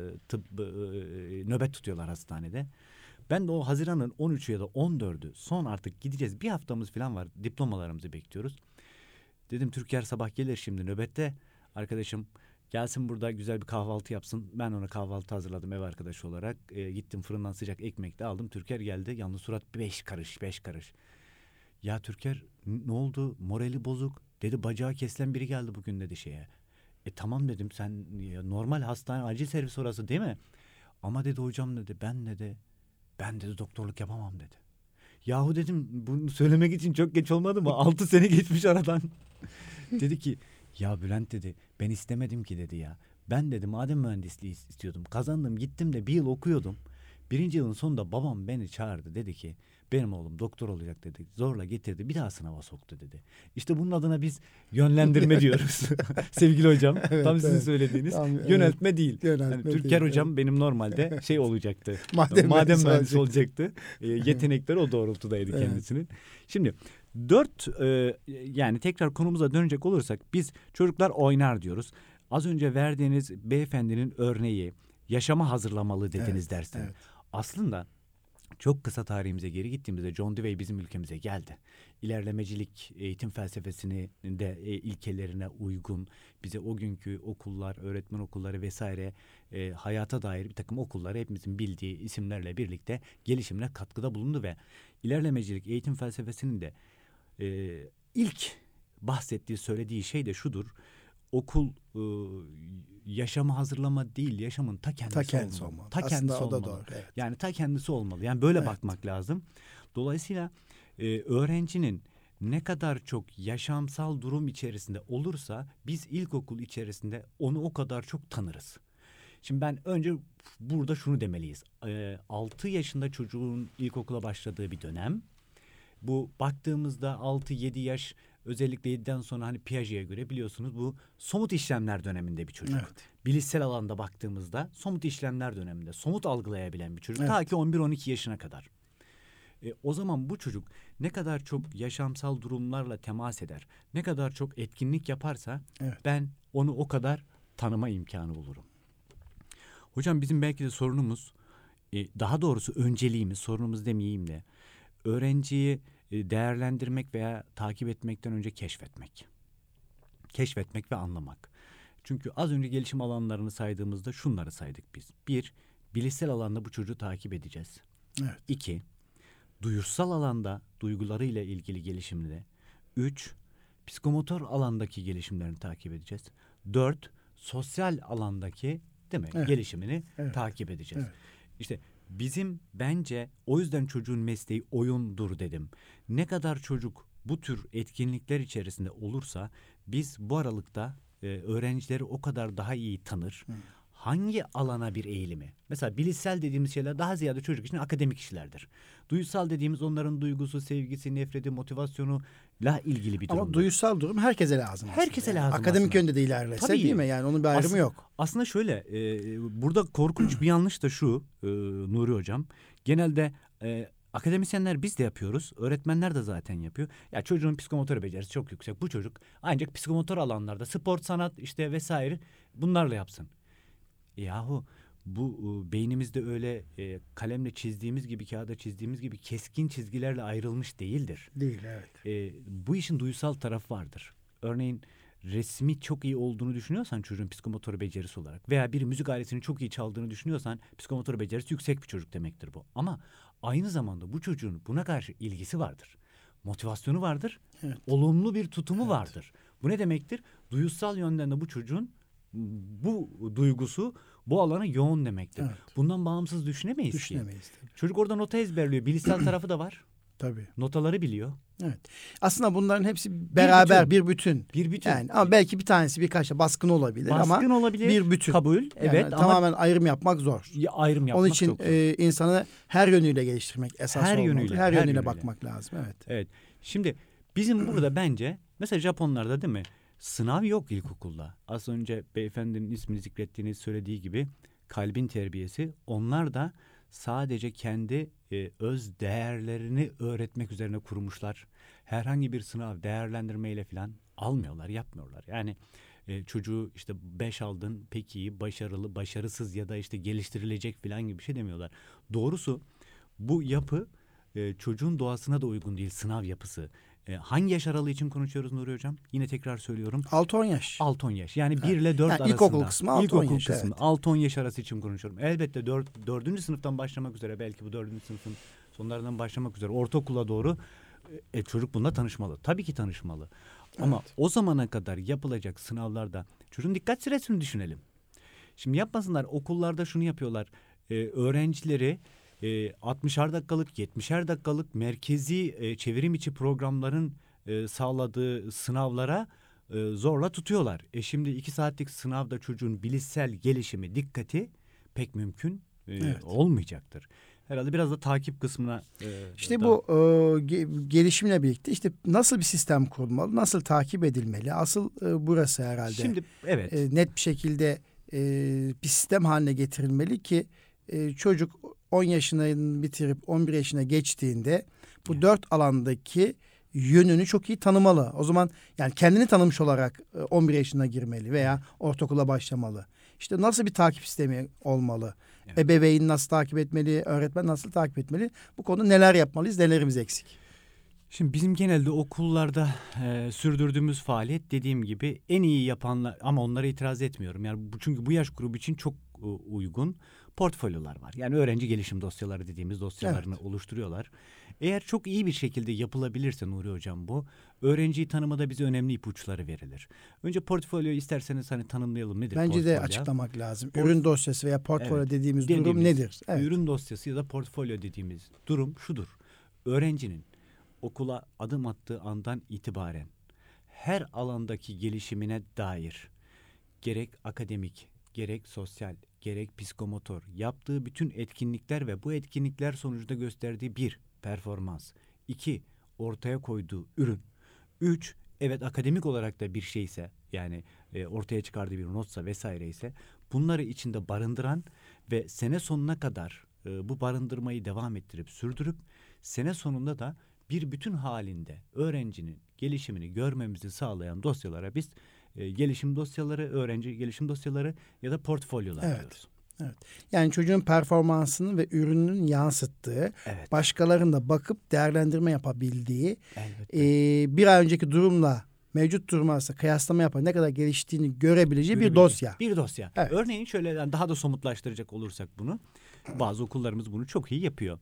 Nöbet tutuyorlar hastanede. Ben de o Haziran'ın 13'ü ya da 14'ü son artık gideceğiz. Bir haftamız falan var. Diplomalarımızı bekliyoruz. Dedim Türker sabah gelir şimdi nöbette. Arkadaşım gelsin burada güzel bir kahvaltı yapsın. Ben ona kahvaltı hazırladım ev arkadaşı olarak. Gittim fırından sıcak ekmek de aldım. Türker geldi. Yalnız surat 5 karış. Ya Türker ne oldu? Morali bozuk. Dedi bacağı kesilen biri geldi bugün dedi şeye. Tamam dedim sen normal hastane acil servis orası değil mi? Ama dedi hocam dedi ben dedi doktorluk yapamam dedi. Yahu dedim bunu söylemek için çok geç olmadı mı? 6 sene geçmiş aradan. Dedi ki ya Bülent dedi ben istemedim ki dedi ya. Ben dedi maden mühendisliği istiyordum. Kazandım gittim de 1 yıl okuyordum. 1. yılın sonunda babam beni çağırdı dedi ki benim oğlum doktor olacak dedi. Zorla getirdi bir daha sınava soktu dedi. İşte bunun adına biz yönlendirme diyoruz. Sevgili hocam tam sizin söylediğiniz yöneltme değil. Yani Türker hocam benim normalde olacaktı. Maden mühendisi olacaktı. Yetenekleri o doğrultudaydı kendisinin. Şimdi 4 yani tekrar konumuza dönecek olursak biz çocuklar oynar diyoruz. Az önce verdiğiniz beyefendinin örneği yaşama hazırlamalı dediniz derste. Evet. Aslında çok kısa tarihimize geri gittiğimizde John Dewey bizim ülkemize geldi. İlerlemecilik eğitim felsefesini de ilkelerine uygun bize o günkü okullar, öğretmen okulları vesaire hayata dair bir takım okulları hepimizin bildiği isimlerle birlikte gelişimine katkıda bulundu ve ilerlemecilik eğitim felsefesinin de ilk bahsettiği, söylediği şey de şudur. Okul yaşamı hazırlama değil, yaşamın ta kendisi olmalı. Ta kendisi olmalı. O da doğru, evet. Yani ta kendisi olmalı. Yani böyle bakmak lazım. Dolayısıyla öğrencinin ne kadar çok yaşamsal durum içerisinde olursa biz ilkokul içerisinde onu o kadar çok tanırız. Şimdi ben önce burada şunu demeliyiz. 6 yaşında çocuğun ilkokula başladığı bir dönem. Bu baktığımızda 6-7 yaş özellikle 7'den sonra hani Piaget'e göre biliyorsunuz bu somut işlemler döneminde bir çocuk. Evet. Bilişsel alanda baktığımızda somut işlemler döneminde somut algılayabilen bir çocuk. Evet. Ta ki 11-12 yaşına kadar. O zaman bu çocuk ne kadar çok yaşamsal durumlarla temas eder, ne kadar çok etkinlik yaparsa ben onu o kadar tanıma imkanı bulurum. Hocam bizim belki de sorunumuz, daha doğrusu önceliğimiz, sorunumuz demeyeyim de öğrenciyi değerlendirmek veya takip etmekten önce keşfetmek. Keşfetmek ve anlamak. Çünkü az önce gelişim alanlarını saydığımızda şunları saydık biz. 1, bilişsel alanda bu çocuğu takip edeceğiz. Evet. 2, duyusal alanda duygularıyla ilgili gelişimde. 3, psikomotor alandaki gelişimlerini takip edeceğiz. 4, sosyal alandaki değil mi? Gelişimini takip edeceğiz. Evet. İşte bizim bence o yüzden çocuğun mesleği oyundur dedim. Ne kadar çocuk bu tür etkinlikler içerisinde olursa biz bu aralıkta öğrencileri o kadar daha iyi tanır. Hangi alana bir eğilimi? Mesela bilişsel dediğimiz şeyler daha ziyade çocuk için akademik işlerdir. Duysal dediğimiz onların duygusu, sevgisi, nefreti, motivasyonuyla ilgili bir durumdur. Ama duysal durum herkese lazım. Herkese lazım. Akademik yönde de ilerlese değil mi? Yani onun bir ayrımı yok. Aslında şöyle burada korkunç bir yanlış da şu Nuri Hocam. Genelde akademisyenler biz de yapıyoruz. Öğretmenler de zaten yapıyor. Ya çocuğun psikomotor becerisi çok yüksek. Bu çocuk ancak psikomotor alanlarda spor, sanat işte vesaire bunlarla yapsın. Yahu bu beynimizde öyle kalemle çizdiğimiz gibi, kağıda çizdiğimiz gibi keskin çizgilerle ayrılmış değildir. Değil, evet. Bu işin duysal tarafı vardır. Örneğin resmi çok iyi olduğunu düşünüyorsan çocuğun psikomotor becerisi olarak veya bir müzik aletini çok iyi çaldığını düşünüyorsan psikomotor becerisi yüksek bir çocuk demektir bu. Ama aynı zamanda bu çocuğun buna karşı ilgisi vardır. Motivasyonu vardır. Evet. Olumlu bir tutumu Evet. vardır. Bu ne demektir? Duygusal yönden de bu çocuğun bu duygusu bu alana yoğun demektir. Evet. Bundan bağımsız düşünemeyiz ki. Düşünemeyiz tabii. Çocuk orada nota ezberliyor. Bilişsel tarafı da var. Tabii. Notaları biliyor. Evet. Aslında bunların hepsi beraber bir bütün. Bir bütün. Yani ama belki bir tanesi birkaç da baskın olabilir Baskın ama olabilir. bir bütün. Kabul. Yani Evet ama tamamen ayrım yapmak zor. ayrım yapmak Onun için çok zor. insanı her yönüyle geliştirmek esas Her olmalı. yönüyle, Her her yönüyle yönüyle. bakmak lazım. Evet. Evet. Şimdi bizim burada bence mesela Japonlarda değil mi? Sınav yok ilkokulda. Az önce beyefendinin ismini zikrettiğiniz söylediği gibi kalbin terbiyesi. Onlar da sadece kendi öz değerlerini öğretmek üzerine kurmuşlar. Herhangi bir sınav değerlendirmeyle falan almıyorlar, yapmıyorlar. Yani çocuğu işte 5 aldın, pek iyi, başarılı, başarısız ya da işte geliştirilecek falan gibi bir şey demiyorlar. Doğrusu bu yapı çocuğun doğasına da uygun değil, sınav yapısı. Hangi yaş aralığı için konuşuyoruz Nuri Hocam? Yine tekrar söylüyorum. 6-10 yaş. 6-10 yaş. Yani 1 ile 4 Yani arasında. ilkokul kısmı 6-10 İlkokul yaş, kısmı evet. 6-10 yaş arası için konuşuyorum. Elbette 4. sınıftan başlamak üzere, belki bu 4. sınıfın sonlarından başlamak üzere ortaokula doğru çocuk bununla tanışmalı. Tabii ki tanışmalı. Ama Evet. o zamana kadar yapılacak sınavlarda çocuğun dikkat süresini düşünelim. Şimdi yapmasınlar, okullarda şunu yapıyorlar. Öğrencileri 60'ar dakikalık, 70'er dakikalık merkezi çevrim içi programların sağladığı sınavlara zorla tutuyorlar. Şimdi 2 saatlik sınavda çocuğun bilişsel gelişimi, dikkati pek mümkün Evet. olmayacaktır. Herhalde biraz da takip kısmına İşte da- bu gelişimle birlikte işte nasıl bir sistem kurulmalı, nasıl takip edilmeli? Asıl burası herhalde. Şimdi evet. Net bir şekilde bir sistem haline getirilmeli ki çocuk 10 yaşını bitirip 11 yaşına geçtiğinde bu Evet. 4 alandaki yönünü çok iyi tanımalı. O zaman yani kendini tanımış olarak 11 yaşına girmeli veya ortaokula başlamalı. İşte nasıl bir takip sistemi olmalı? Evet. Ebeveyn nasıl takip etmeli? Öğretmen nasıl takip etmeli? Bu konuda neler yapmalıyız? Nelerimiz eksik? Şimdi bizim genelde okullarda sürdürdüğümüz faaliyet dediğim gibi en iyi yapanlar, ama onlara itiraz etmiyorum. Yani çünkü bu yaş grubu için çok uygun portfolyolar var. Yani öğrenci gelişim dosyaları dediğimiz dosyalarını oluşturuyorlar. Eğer çok iyi bir şekilde yapılabilirse Nuri Hocam, bu öğrenciyi tanımada bize önemli ipuçları verilir. Önce portfolyoyu isterseniz hani tanımlayalım, nedir Bence portfolyo? de açıklamak lazım. Ürün dosyası veya portfolyo Evet. dediğimiz durum Dediğimiz nedir? Evet. Ürün dosyası ya da portfolyo dediğimiz durum şudur. Öğrencinin okula adım attığı andan itibaren her alandaki gelişimine dair gerek akademik, gerek sosyal, gerek psikomotor yaptığı bütün etkinlikler ve bu etkinlikler sonucunda gösterdiği bir performans, 2 ortaya koyduğu ürün, 3 evet akademik olarak da bir şeyse, yani ortaya çıkardığı bir notsa vesaire ise bunları içinde barındıran ve sene sonuna kadar bu barındırmayı devam ettirip sürdürüp sene sonunda da bir bütün halinde öğrencinin gelişimini görmemizi sağlayan dosyalara biz gelişim dosyaları, öğrenci gelişim dosyaları ya da portfolyolar Evet. diyoruz. Evet. Yani çocuğun performansını ve ürünün yansıttığı, Evet. başkalarının da bakıp değerlendirme yapabildiği, Elbette. bir ay önceki durumla mevcut durum arasında kıyaslama yaparak ne kadar geliştiğini görebileceği bir dosya. Bir dosya. Evet. Örneğin şöyle, yani daha da somutlaştıracak olursak bunu, bazı okullarımız bunu çok iyi yapıyor.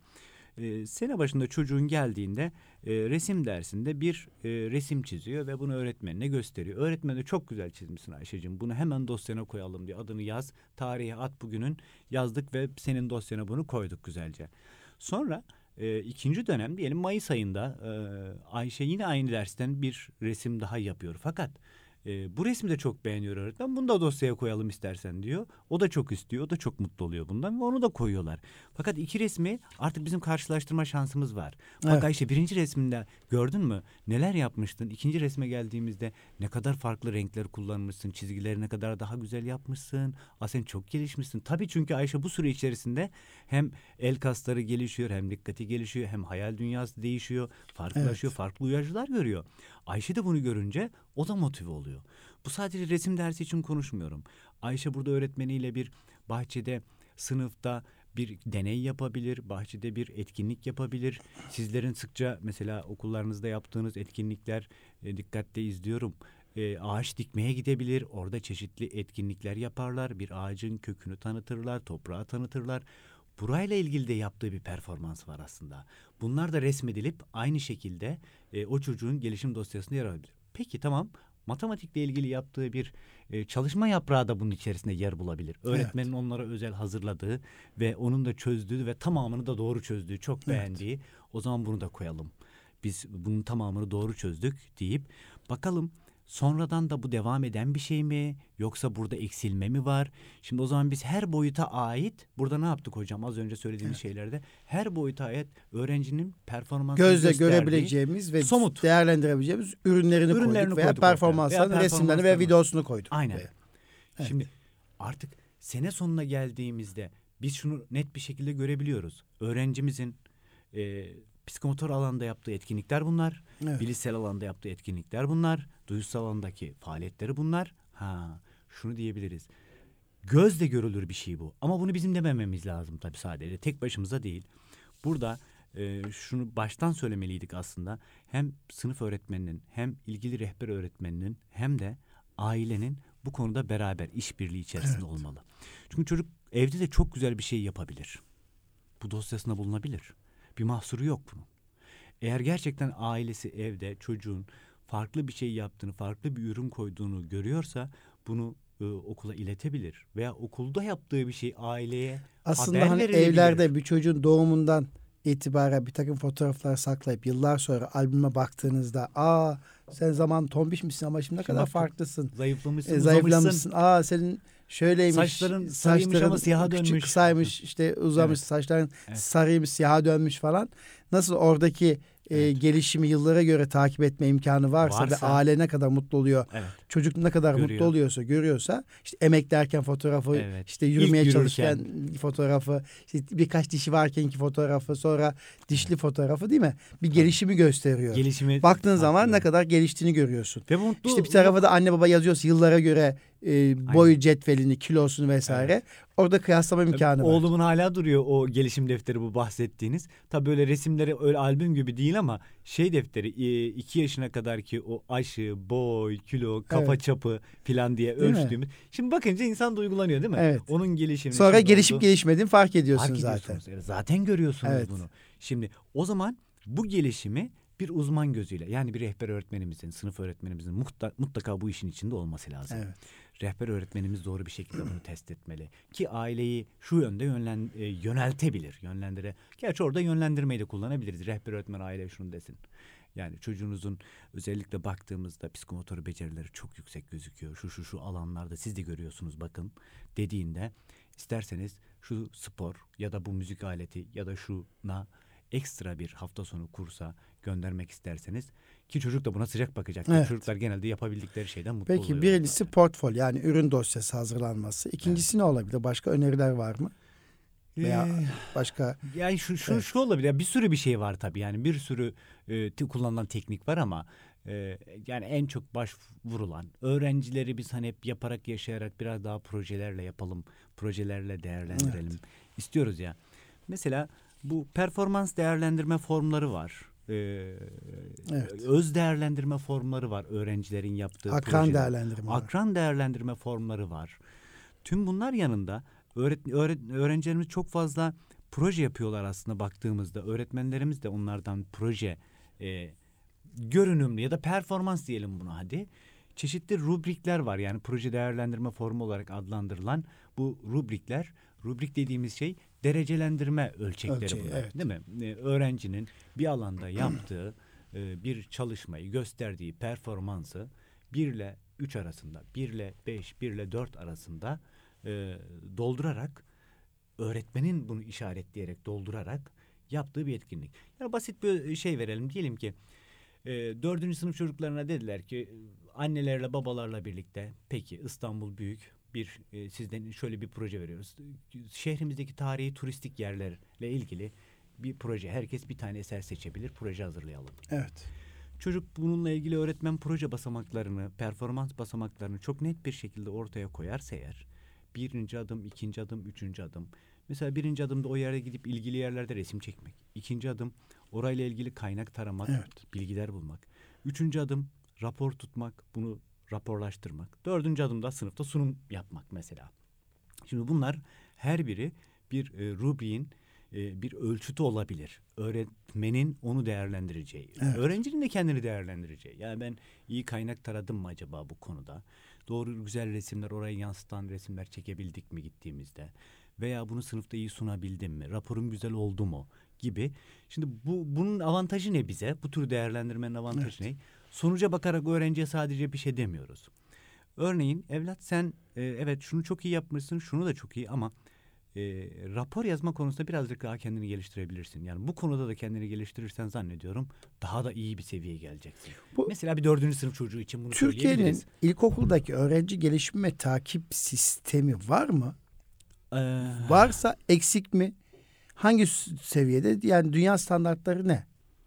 Sene başında çocuğun geldiğinde resim dersinde bir resim çiziyor ve bunu öğretmenine gösteriyor. Öğretmen de çok güzel çizmişsin Ayşe'cim, bunu hemen dosyana koyalım diyor. Adını yaz, tarihi at, bugünün yazdık ve senin dosyana bunu koyduk güzelce. Sonra ikinci dönem diyelim Mayıs ayında Ayşe yine aynı dersten bir resim daha yapıyor. Fakat Bu resmi de çok beğeniyor öğretmen. Bunu da dosyaya koyalım istersen diyor. O da çok istiyor. O da çok mutlu oluyor bundan ve onu da koyuyorlar. Fakat iki resmi artık bizim karşılaştırma şansımız var. Bak Evet. Ayşe, birinci resminde gördün mü neler yapmıştın? İkinci resme geldiğimizde ne kadar farklı renkler kullanmışsın. Çizgileri ne kadar daha güzel yapmışsın. Sen çok gelişmişsin. Tabii, çünkü Ayşe bu süre içerisinde hem el kasları gelişiyor, hem dikkati gelişiyor, hem hayal dünyası değişiyor. Farklılaşıyor, Evet. farklı uyarıcılar görüyor. Ayşe de bunu görünce o da motive oluyor. Bu sadece resim dersi için konuşmuyorum. Ayşe burada öğretmeniyle bir bahçede, sınıfta bir deney yapabilir, bahçede bir etkinlik yapabilir. Sizlerin sıkça mesela okullarınızda yaptığınız etkinlikler, dikkatle izliyorum. Ağaç dikmeye gidebilir, orada çeşitli etkinlikler yaparlar, bir ağacın kökünü tanıtırlar, toprağı tanıtırlar. Burayla ilgili de yaptığı bir performans var aslında. Bunlar da resmedilip aynı şekilde o çocuğun gelişim dosyasında yer alabilir. Peki, tamam. Matematikle ilgili yaptığı bir çalışma yaprağı da bunun içerisinde yer bulabilir. Öğretmenin onlara özel hazırladığı ve onun da çözdüğü ve tamamını da doğru çözdüğü, çok beğendiği. O zaman bunu da koyalım. Biz bunun tamamını doğru çözdük deyip bakalım, sonradan da bu devam eden bir şey mi, yoksa burada eksilme mi var? Şimdi o zaman biz her boyuta ait, burada ne yaptık hocam az önce söylediğimiz şeylerde, her boyuta ait öğrencinin performansını Gözle gösterdiği görebileceğimiz ve somut değerlendirebileceğimiz ürünlerini koyduk veya koyduk ortaya. performanslarını, Veya resimlerini ve performanslarını. videosunu koyduk. Aynen. buraya. Evet. Şimdi artık sene sonuna geldiğimizde biz şunu net bir şekilde görebiliyoruz. Öğrencimizin psikomotor alanda yaptığı etkinlikler bunlar. Evet. Bilişsel alanda yaptığı etkinlikler bunlar. Duygusal alandaki faaliyetleri bunlar. Şunu diyebiliriz. Gözle görülür bir şey bu. Ama bunu bizim demememiz lazım tabii sadece. Tek başımıza değil. Burada şunu baştan söylemeliydik aslında. Hem sınıf öğretmeninin, hem ilgili rehber öğretmeninin, hem de ailenin bu konuda beraber işbirliği içerisinde olmalı. Çünkü çocuk evde de çok güzel bir şey yapabilir. Bu dosyasında bulunabilir. Bir mahsuru yok bunun. Eğer gerçekten ailesi evde çocuğun farklı bir şey yaptığını, farklı bir ürün koyduğunu görüyorsa bunu okula iletebilir. Veya okulda yaptığı bir şey aileye Aslında haber hani verilebilir. evlerde bir çocuğun doğumundan itibaren bir takım fotoğraflar saklayıp yıllar sonra albüme baktığınızda sen zaman tombiş misin ama şimdi ne kadar bak, farklısın. Zayıflamışsın, Zayıflamışsın. Senin şöyleymiş. Saçların sarıymış ama siyaha küçük dönmüş. kısaymış, işte uzamış. Evet. Saçların Evet. sarıymış, siyaha dönmüş falan. Nasıl oradaki gelişimi yıllara göre takip etme imkanı varsa ve aile ne kadar mutlu oluyor. Evet. Çocuk ne kadar mutlu oluyorsa, görüyorsa, işte emeklerken fotoğrafı, işte yürümeye çalışırken fotoğrafı, işte birkaç dişi varkenki fotoğrafı, sonra dişli fotoğrafı, değil mi? Bir gelişimi gösteriyor. Baktığın zaman ne kadar geliştiğini görüyorsun. Ve mutlu, İşte bir tarafa da anne baba yazıyorsa yıllara göre boyu cetvelini, kilosunu vesaire. Evet. Orada kıyaslama imkanı var. Oğlumun hala duruyor o gelişim defteri, bu bahsettiğiniz. Tabii böyle resimleri öyle albüm gibi değil ama defteri 2 yaşına kadar ki o aşı, boy, kilo, kafa çapı falan diye değil ölçtüğümüz. Mi? Şimdi bakınca insan duygulanıyor değil mi? Evet. Onun gelişimini. Sonra gelişip gelişmediğini fark ediyorsun zaten. Zaten görüyorsunuz bunu. Şimdi o zaman bu gelişimi bir uzman gözüyle, yani bir rehber öğretmenimizin, sınıf öğretmenimizin mutlaka bu işin içinde olması lazım. Evet. Rehber öğretmenimiz doğru bir şekilde bunu test etmeli. Ki aileyi şu yönde yöneltebilir. Gerçi orada yönlendirmeyi de kullanabiliriz. Rehber öğretmen aileye şunu desin. Yani çocuğunuzun özellikle baktığımızda psikomotor becerileri çok yüksek gözüküyor. Şu alanlarda siz de görüyorsunuz bakın dediğinde, isterseniz şu spor ya da bu müzik aleti ya da şuna ekstra bir hafta sonu kursa göndermek isterseniz, ki çocuk da buna sıcak bakacak. Evet. Çocuklar genelde yapabildikleri şeyden mutlu oluyor. Peki birincisi portfolyo, yani ürün dosyası hazırlanması. İkincisi ne olabilir? Başka öneriler var mı? Veya başka? Yani şu olabilir. Yani bir sürü bir şey var tabii. Yani bir sürü kullanılan teknik var ama yani en çok başvurulan, öğrencileri biz hani hep yaparak, yaşayarak biraz daha projelerle yapalım, projelerle değerlendirelim istiyoruz ya. Mesela bu performans değerlendirme formları var. Öz değerlendirme formları var öğrencilerin yaptığı akran değerlendirme akran değerlendirme formları var. Tüm bunlar yanında öğrencilerimiz çok fazla proje yapıyorlar aslında baktığımızda. Öğretmenlerimiz de onlardan proje görünümlü ya da performans diyelim buna hadi. Çeşitli rubrikler var, yani proje değerlendirme formu olarak adlandırılan bu rubrikler. Rubrik dediğimiz şey derecelendirme ölçekleri bunlar, değil mi? Öğrencinin bir alanda yaptığı bir çalışmayı, gösterdiği performansı 1 ile 3 arasında, 1 ile 5, 1 ile 4 arasında doldurarak, öğretmenin bunu işaretleyerek doldurarak yaptığı bir etkinlik. Yani basit bir şey verelim. Diyelim ki 4. sınıf çocuklarına dediler ki annelerle babalarla birlikte, peki İstanbul büyük, sizden şöyle bir proje veriyoruz. Şehrimizdeki tarihi turistik yerlerle ilgili bir proje. Herkes bir tane eser seçebilir. Proje hazırlayalım. Evet. Çocuk bununla ilgili öğretmen proje basamaklarını, performans basamaklarını çok net bir şekilde ortaya koyarsa eğer, 1. adım, 2. adım, 3. adım. Mesela 1. adımda o yere gidip ilgili yerlerde resim çekmek. 2. adım orayla ilgili kaynak taramak, bilgiler bulmak. 3. adım rapor tutmak, bunu raporlaştırmak. 4. adımda sınıfta sunum yapmak mesela. Şimdi bunlar her biri bir rubriğin bir ölçütü olabilir. Öğretmenin onu değerlendireceği, öğrencinin de kendini değerlendireceği. Yani ben iyi kaynak taradım mı acaba bu konuda? Doğru güzel resimler, oraya yansıtan resimler çekebildik mi gittiğimizde? Veya bunu sınıfta iyi sunabildim mi? Raporum güzel oldu mu? Gibi. Şimdi bunun avantajı ne bize? Bu tür değerlendirmenin avantajı ne? Sonuca bakarak öğrenciye sadece bir şey demiyoruz. Örneğin evlat sen evet şunu çok iyi yapmışsın, şunu da çok iyi ama rapor yazma konusunda birazcık daha kendini geliştirebilirsin. Yani bu konuda da kendini geliştirirsen zannediyorum daha da iyi bir seviyeye geleceksin. Mesela bir 4. sınıf çocuğu için bunu Türkiye'nin söyleyebiliriz. ilkokuldaki öğrenci gelişim ve takip sistemi var mı? Varsa eksik mi? Hangi seviyede? Yani dünya standartları ne?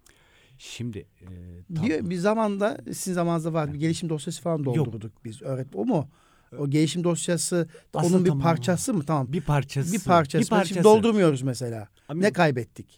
Şimdi Bir zamanda sizin zamanınızda var bir gelişim dosyası falan doldurduk biz. O mu? O gelişim dosyası aslında onun bir parçası mı? Tamam. Bir parçası. Bir parçası. Şimdi doldurmuyoruz mesela. Ne kaybettik?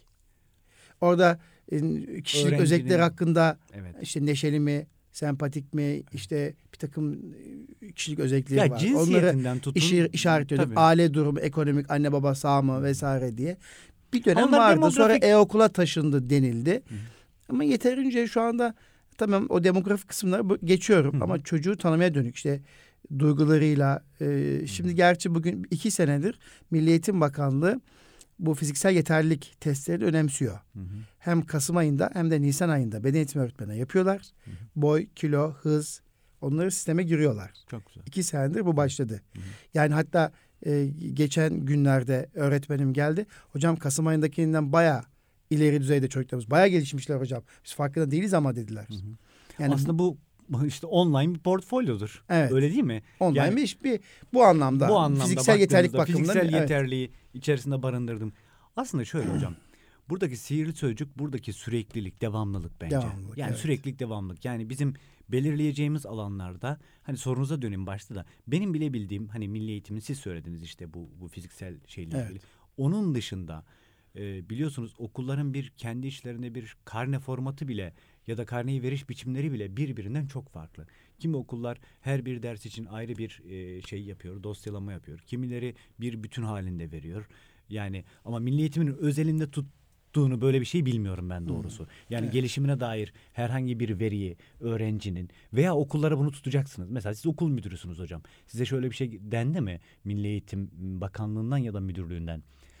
Orada kişilik özellikleri hakkında işte neşeli mi, sempatik mi, işte bir takım kişilik özellikleri var. Onları işaretliyorduk. Aile durumu, ekonomik, anne baba sağ mı vesaire diye. Bir dönem vardı. Sonra okula taşındı denildi. Ama yeterince şu anda tamam o demografik kısımları geçiyorum. Ama çocuğu tanımaya dönük işte duygularıyla. Şimdi gerçi bugün 2 senedir Milli Eğitim Bakanlığı bu fiziksel yeterlilik testlerini önemsiyor. Hem Kasım ayında hem de Nisan ayında beden eğitimi öğretmenine yapıyorlar. Boy, kilo, hız onları sisteme giriyorlar. Çok güzel. 2 senedir bu başladı. Yani hatta geçen günlerde öğretmenim geldi. Hocam Kasım ayındakinden bayağı ileri düzeyde çocuklarımız. Bayağı gelişmişler hocam. Biz farkında değiliz ama dediler. Yani aslında bu işte online bir portfolyodur. Evet. Öyle değil mi? Online yani, bir iş bu anlamda fiziksel yeterlilik bakımından. Fiziksel yeterliği içerisinde barındırdım. Aslında şöyle hocam. Buradaki sihirli sözcük buradaki süreklilik, devamlılık bence. Yani süreklilik, devamlılık. Yani bizim belirleyeceğimiz alanlarda hani sorunuza döneyim başta da benim bile bildiğim hani milli eğitimin siz söylediniz işte bu fiziksel şeyle ilgili. Onun dışında biliyorsunuz okulların bir kendi içlerinde bir karne formatı bile ya da karneyi veriş biçimleri bile birbirinden çok farklı. Kimi okullar her bir ders için ayrı bir şey yapıyor, dosyalama yapıyor. Kimileri bir bütün halinde veriyor. Yani ama milli eğitimin özelinde tuttuğunu böyle bir şey bilmiyorum ben doğrusu. Yani gelişimine dair herhangi bir veriyi öğrencinin veya okullara bunu tutacaksınız. Mesela siz okul müdürüsünüz hocam. Size şöyle bir şey dendi mi Milli Eğitim Bakanlığı'ndan ya da müdürlüğünden?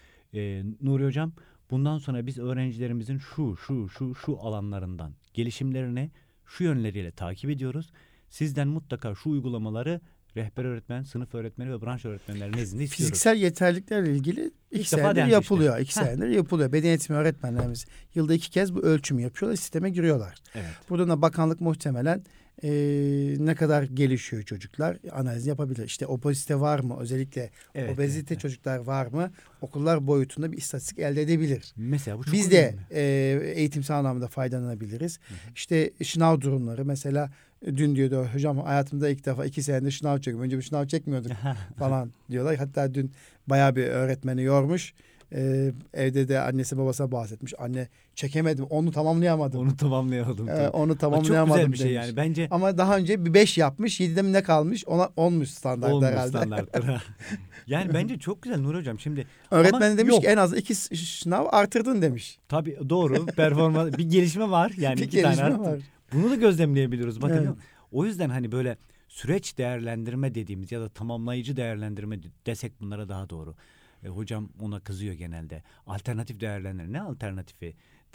Nuri hocam bundan sonra biz öğrencilerimizin şu alanlarından gelişimlerini şu yönleriyle takip ediyoruz. Sizden mutlaka şu uygulamaları rehber öğretmen, sınıf öğretmeni ve branş öğretmenleri nezdinde istiyoruz. Fiziksel yeterliliklerle ilgili 2 senedir yapılıyor. 2 senedir yapılıyor. Beden eğitimi öğretmenlerimiz yılda 2 kez bu ölçümü yapıyorlar. Sisteme giriyorlar. Evet. Buradan da bakanlık muhtemelen ne kadar gelişiyor çocuklar analiz yapabilir. İşte obezite var mı? Özellikle obezite çocuklar var mı? Okullar boyutunda bir istatistik elde edebilir. Mesela bu çok biz de eğitimsel anlamda faydalanabiliriz. İşte şınav durumları mesela dün diyordu hocam hayatımda ilk defa 2 senedir şınav çekiyorum. Önce bir şınav çekmiyorduk falan diyorlar. Hatta dün bayağı bir öğretmeni yormuş. Evde de annesi babasına bahsetmiş. Anne çekemedim. Onu tamamlayamadım. Onu tamamlayamadım. Onu tamamlayamadım. Çok güzel bir şey demiş. Yani bence. Ama daha önce bir 5 yapmış. 7'de mi ne kalmış? Ona 10'muş standart herhalde. Standarttır. Yani bence çok güzel Nur hocam. Şimdi öğretmen demiş ki en az 2 sınav artırdın demiş. Tabii doğru. Performans bir gelişme var. Yani 2 tane arttı. Var. Bunu da gözlemleyebiliyoruz. Bakın o yüzden hani böyle süreç değerlendirme dediğimiz ya da tamamlayıcı değerlendirme desek bunlara daha doğru. Hocam ona kızıyor genelde. Alternatif değerlendirme. Ne alternatifi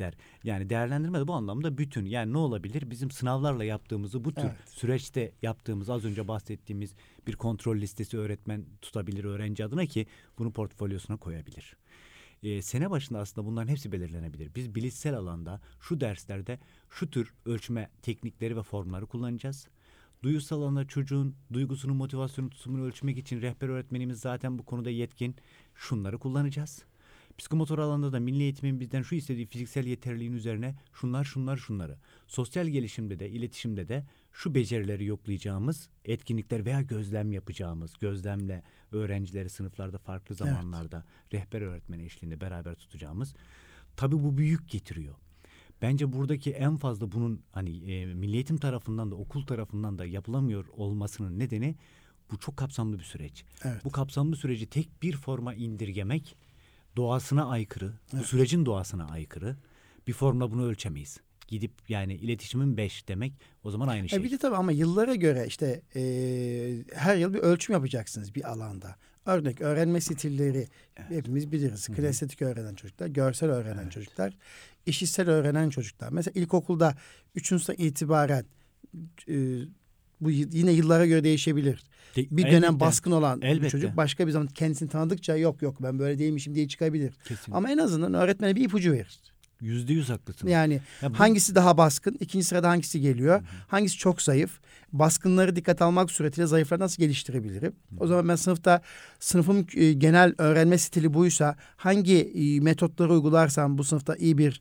defter. Yani değerlendirme de bu anlamda bütün. Yani ne olabilir? Bizim sınavlarla yaptığımızı bu tür süreçte yaptığımız az önce bahsettiğimiz bir kontrol listesi öğretmen tutabilir öğrenci adına ki bunu portfolyosuna koyabilir. Sene başında aslında bunların hepsi belirlenebilir. Biz bilişsel alanda şu derslerde şu tür ölçme teknikleri ve formları kullanacağız. Duyusal alanda çocuğun duygusunu, motivasyonu, tutumunu ölçmek için rehber öğretmenimiz zaten bu konuda yetkin. Şunları kullanacağız. Psikomotor alanda da milli eğitimin bizden şu istediği fiziksel yeterliliğin üzerine şunları. Sosyal gelişimde de, iletişimde de şu becerileri yoklayacağımız etkinlikler veya gözlem yapacağımız, gözlemle öğrencileri sınıflarda farklı zamanlarda rehber öğretmen eşliğinde beraber tutacağımız. Tabii bu büyük getiriyor. Bence buradaki en fazla bunun milli eğitim tarafından da okul tarafından da yapılamıyor olmasının nedeni bu çok kapsamlı bir süreç. Evet. Bu kapsamlı süreci tek bir forma indirgemek doğasına aykırı, bu sürecin doğasına aykırı. Bir formla bunu ölçemeyiz. Gidip yani iletişimin 5 demek o zaman aynı şey. Bir de tabii ama yıllara göre işte her yıl bir ölçüm yapacaksınız bir alanda. Örnek öğrenme stilleri hepimiz biliriz. Klasik öğrenen çocuklar, görsel öğrenen çocuklar, işitsel öğrenen çocuklar. Mesela ilkokulda 3. sınıftan itibaren bu yine yıllara göre değişebilir. Bir dönem baskın olan bir çocuk başka bir zaman kendisini tanıdıkça yok ben böyle değilmişim diye çıkabilir. Kesinlikle. Ama en azından öğretmene bir ipucu verir. %100 haklısın. Yani hangisi daha baskın, ikinci sırada hangisi geliyor, hangisi çok zayıf, baskınları dikkat almak suretiyle zayıfları nasıl geliştirebilirim? O zaman ben sınıfım genel öğrenme stili buysa hangi metotları uygularsam bu sınıfta iyi bir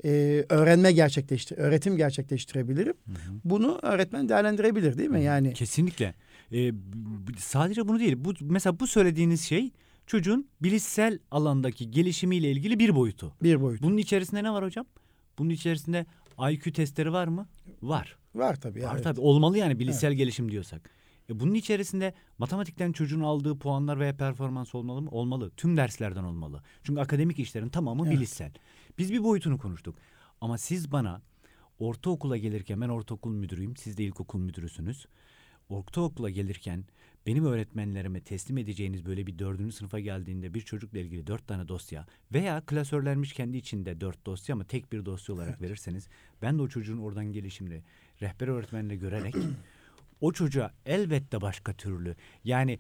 öğretim gerçekleştirebilirim? Bunu öğretmen değerlendirebilir değil mi? Yani kesinlikle. Sadece bunu değil. Mesela bu söylediğiniz şey çocuğun bilişsel alandaki gelişimiyle ilgili bir boyutu. Bunun içerisinde ne var hocam? Bunun içerisinde IQ testleri var mı? Var. Var tabii. Var tabii. Olmalı yani bilişsel gelişim diyorsak. Bunun içerisinde matematikten çocuğun aldığı puanlar veya performans olmalı mı? Olmalı. Tüm derslerden olmalı. Çünkü akademik işlerin tamamı bilişsel. Biz bir boyutunu konuştuk. Ama siz bana ortaokula gelirken, ben ortaokul müdürüyüm, siz de ilkokul müdürüsünüz. Ortaokula gelirken benim öğretmenlerime teslim edeceğiniz böyle bir 4. sınıfa geldiğinde bir çocukla ilgili 4 tane dosya veya klasörlenmiş kendi içinde 4 dosya ama tek bir dosya olarak verirseniz ben de o çocuğun oradan gelişimini rehber öğretmenle görerek o çocuğa elbette başka türlü yani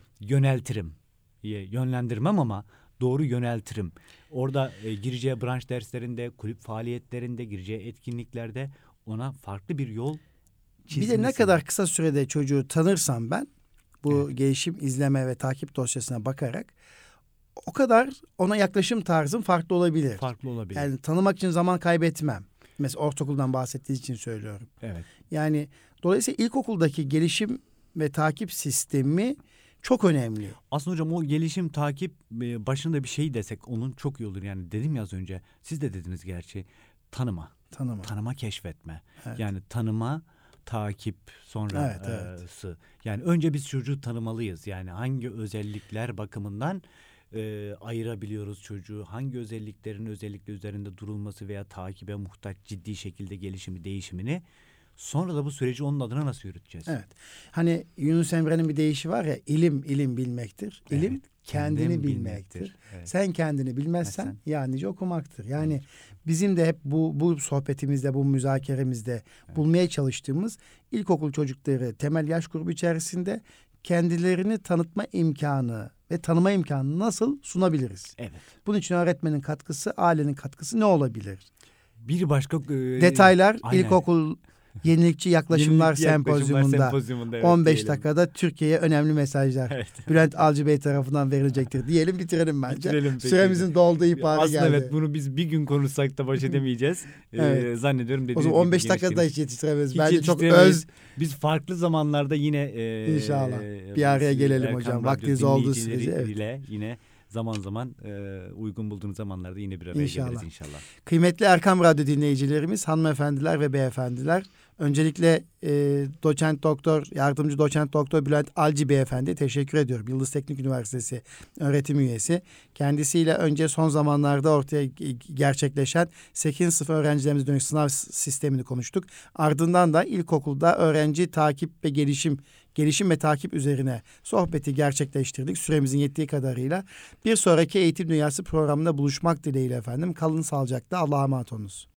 yönlendirmem ama doğru yöneltirim. Orada gireceği branş derslerinde, kulüp faaliyetlerinde, gireceği etkinliklerde ona farklı bir yol çizmesi. Bir de ne kadar kısa sürede çocuğu tanırsam ben bu gelişim, izleme ve takip dosyasına bakarak o kadar ona yaklaşım tarzım farklı olabilir. Yani tanımak için zaman kaybetmem. Mesela ortaokuldan bahsettiğiniz için söylüyorum. Evet. Yani dolayısıyla ilkokuldaki gelişim ve takip sistemi çok önemli. Aslında hocam o gelişim takip başında bir şey desek onun çok iyi olur. Yani dedim ya az önce siz de dediniz gerçi tanıma keşfetme. Evet. Yani tanıma takip sonrası. Yani önce biz çocuğu tanımalıyız. Yani hangi özellikler bakımından ayırabiliyoruz çocuğu. Hangi özelliklerin özellikle üzerinde durulması veya takibe muhtaç ciddi şekilde gelişimi, değişimini. Sonra da bu süreci onun adına nasıl yürüteceğiz? Evet. Hani Yunus Emre'nin bir deyişi var ya, ilim bilmektir. İlim kendini bilmektir. Evet. Sen kendini bilmezsen nice okumaktır. Yani bizim de hep bu sohbetimizde, bu müzakeremizde bulmaya çalıştığımız ilkokul çocukları temel yaş grubu içerisinde kendilerini tanıtma imkanı ve tanıma imkanı nasıl sunabiliriz? Evet. Bunun için öğretmenin katkısı, ailenin katkısı ne olabilir? Bir başka detaylar ilkokul Yenilikçi Yaklaşımlar Sempozyumunda 15 dakikada Türkiye'ye önemli mesajlar. Evet. Bülent Alcı Bey tarafından verilecektir diyelim, bitirelim bence. Süremizin dolduğu ihbarı geldi. Aslında evet, bunu biz bir gün konuşsak da baş edemeyeceğiz. Zannediyorum dediğiniz gibi. O zaman 15 dakikada hiç yetiştiremeyiz. Bence çok Biz farklı zamanlarda yine İnşallah bir araya gelelim hocam. Vaktiniz olduğu sürece. Yine zaman zaman uygun bulduğunuz zamanlarda yine bir araya geliriz inşallah. Kıymetli Erkam Radyo dinleyicilerimiz, hanımefendiler ve beyefendiler, öncelikle yardımcı doçent doktor Bülent Alcı Beyefendi teşekkür ediyorum. Yıldız Teknik Üniversitesi öğretim üyesi. Kendisiyle önce son zamanlarda ortaya gerçekleşen 8. sınıf öğrencilerimize dönük sınav sistemini konuştuk. Ardından da ilkokulda öğrenci takip ve gelişim ve takip üzerine sohbeti gerçekleştirdik. Süremizin yettiği kadarıyla. Bir sonraki Eğitim Dünyası programında buluşmak dileğiyle efendim. Kalın sağlıcakla. Allah'a emanet olunuz.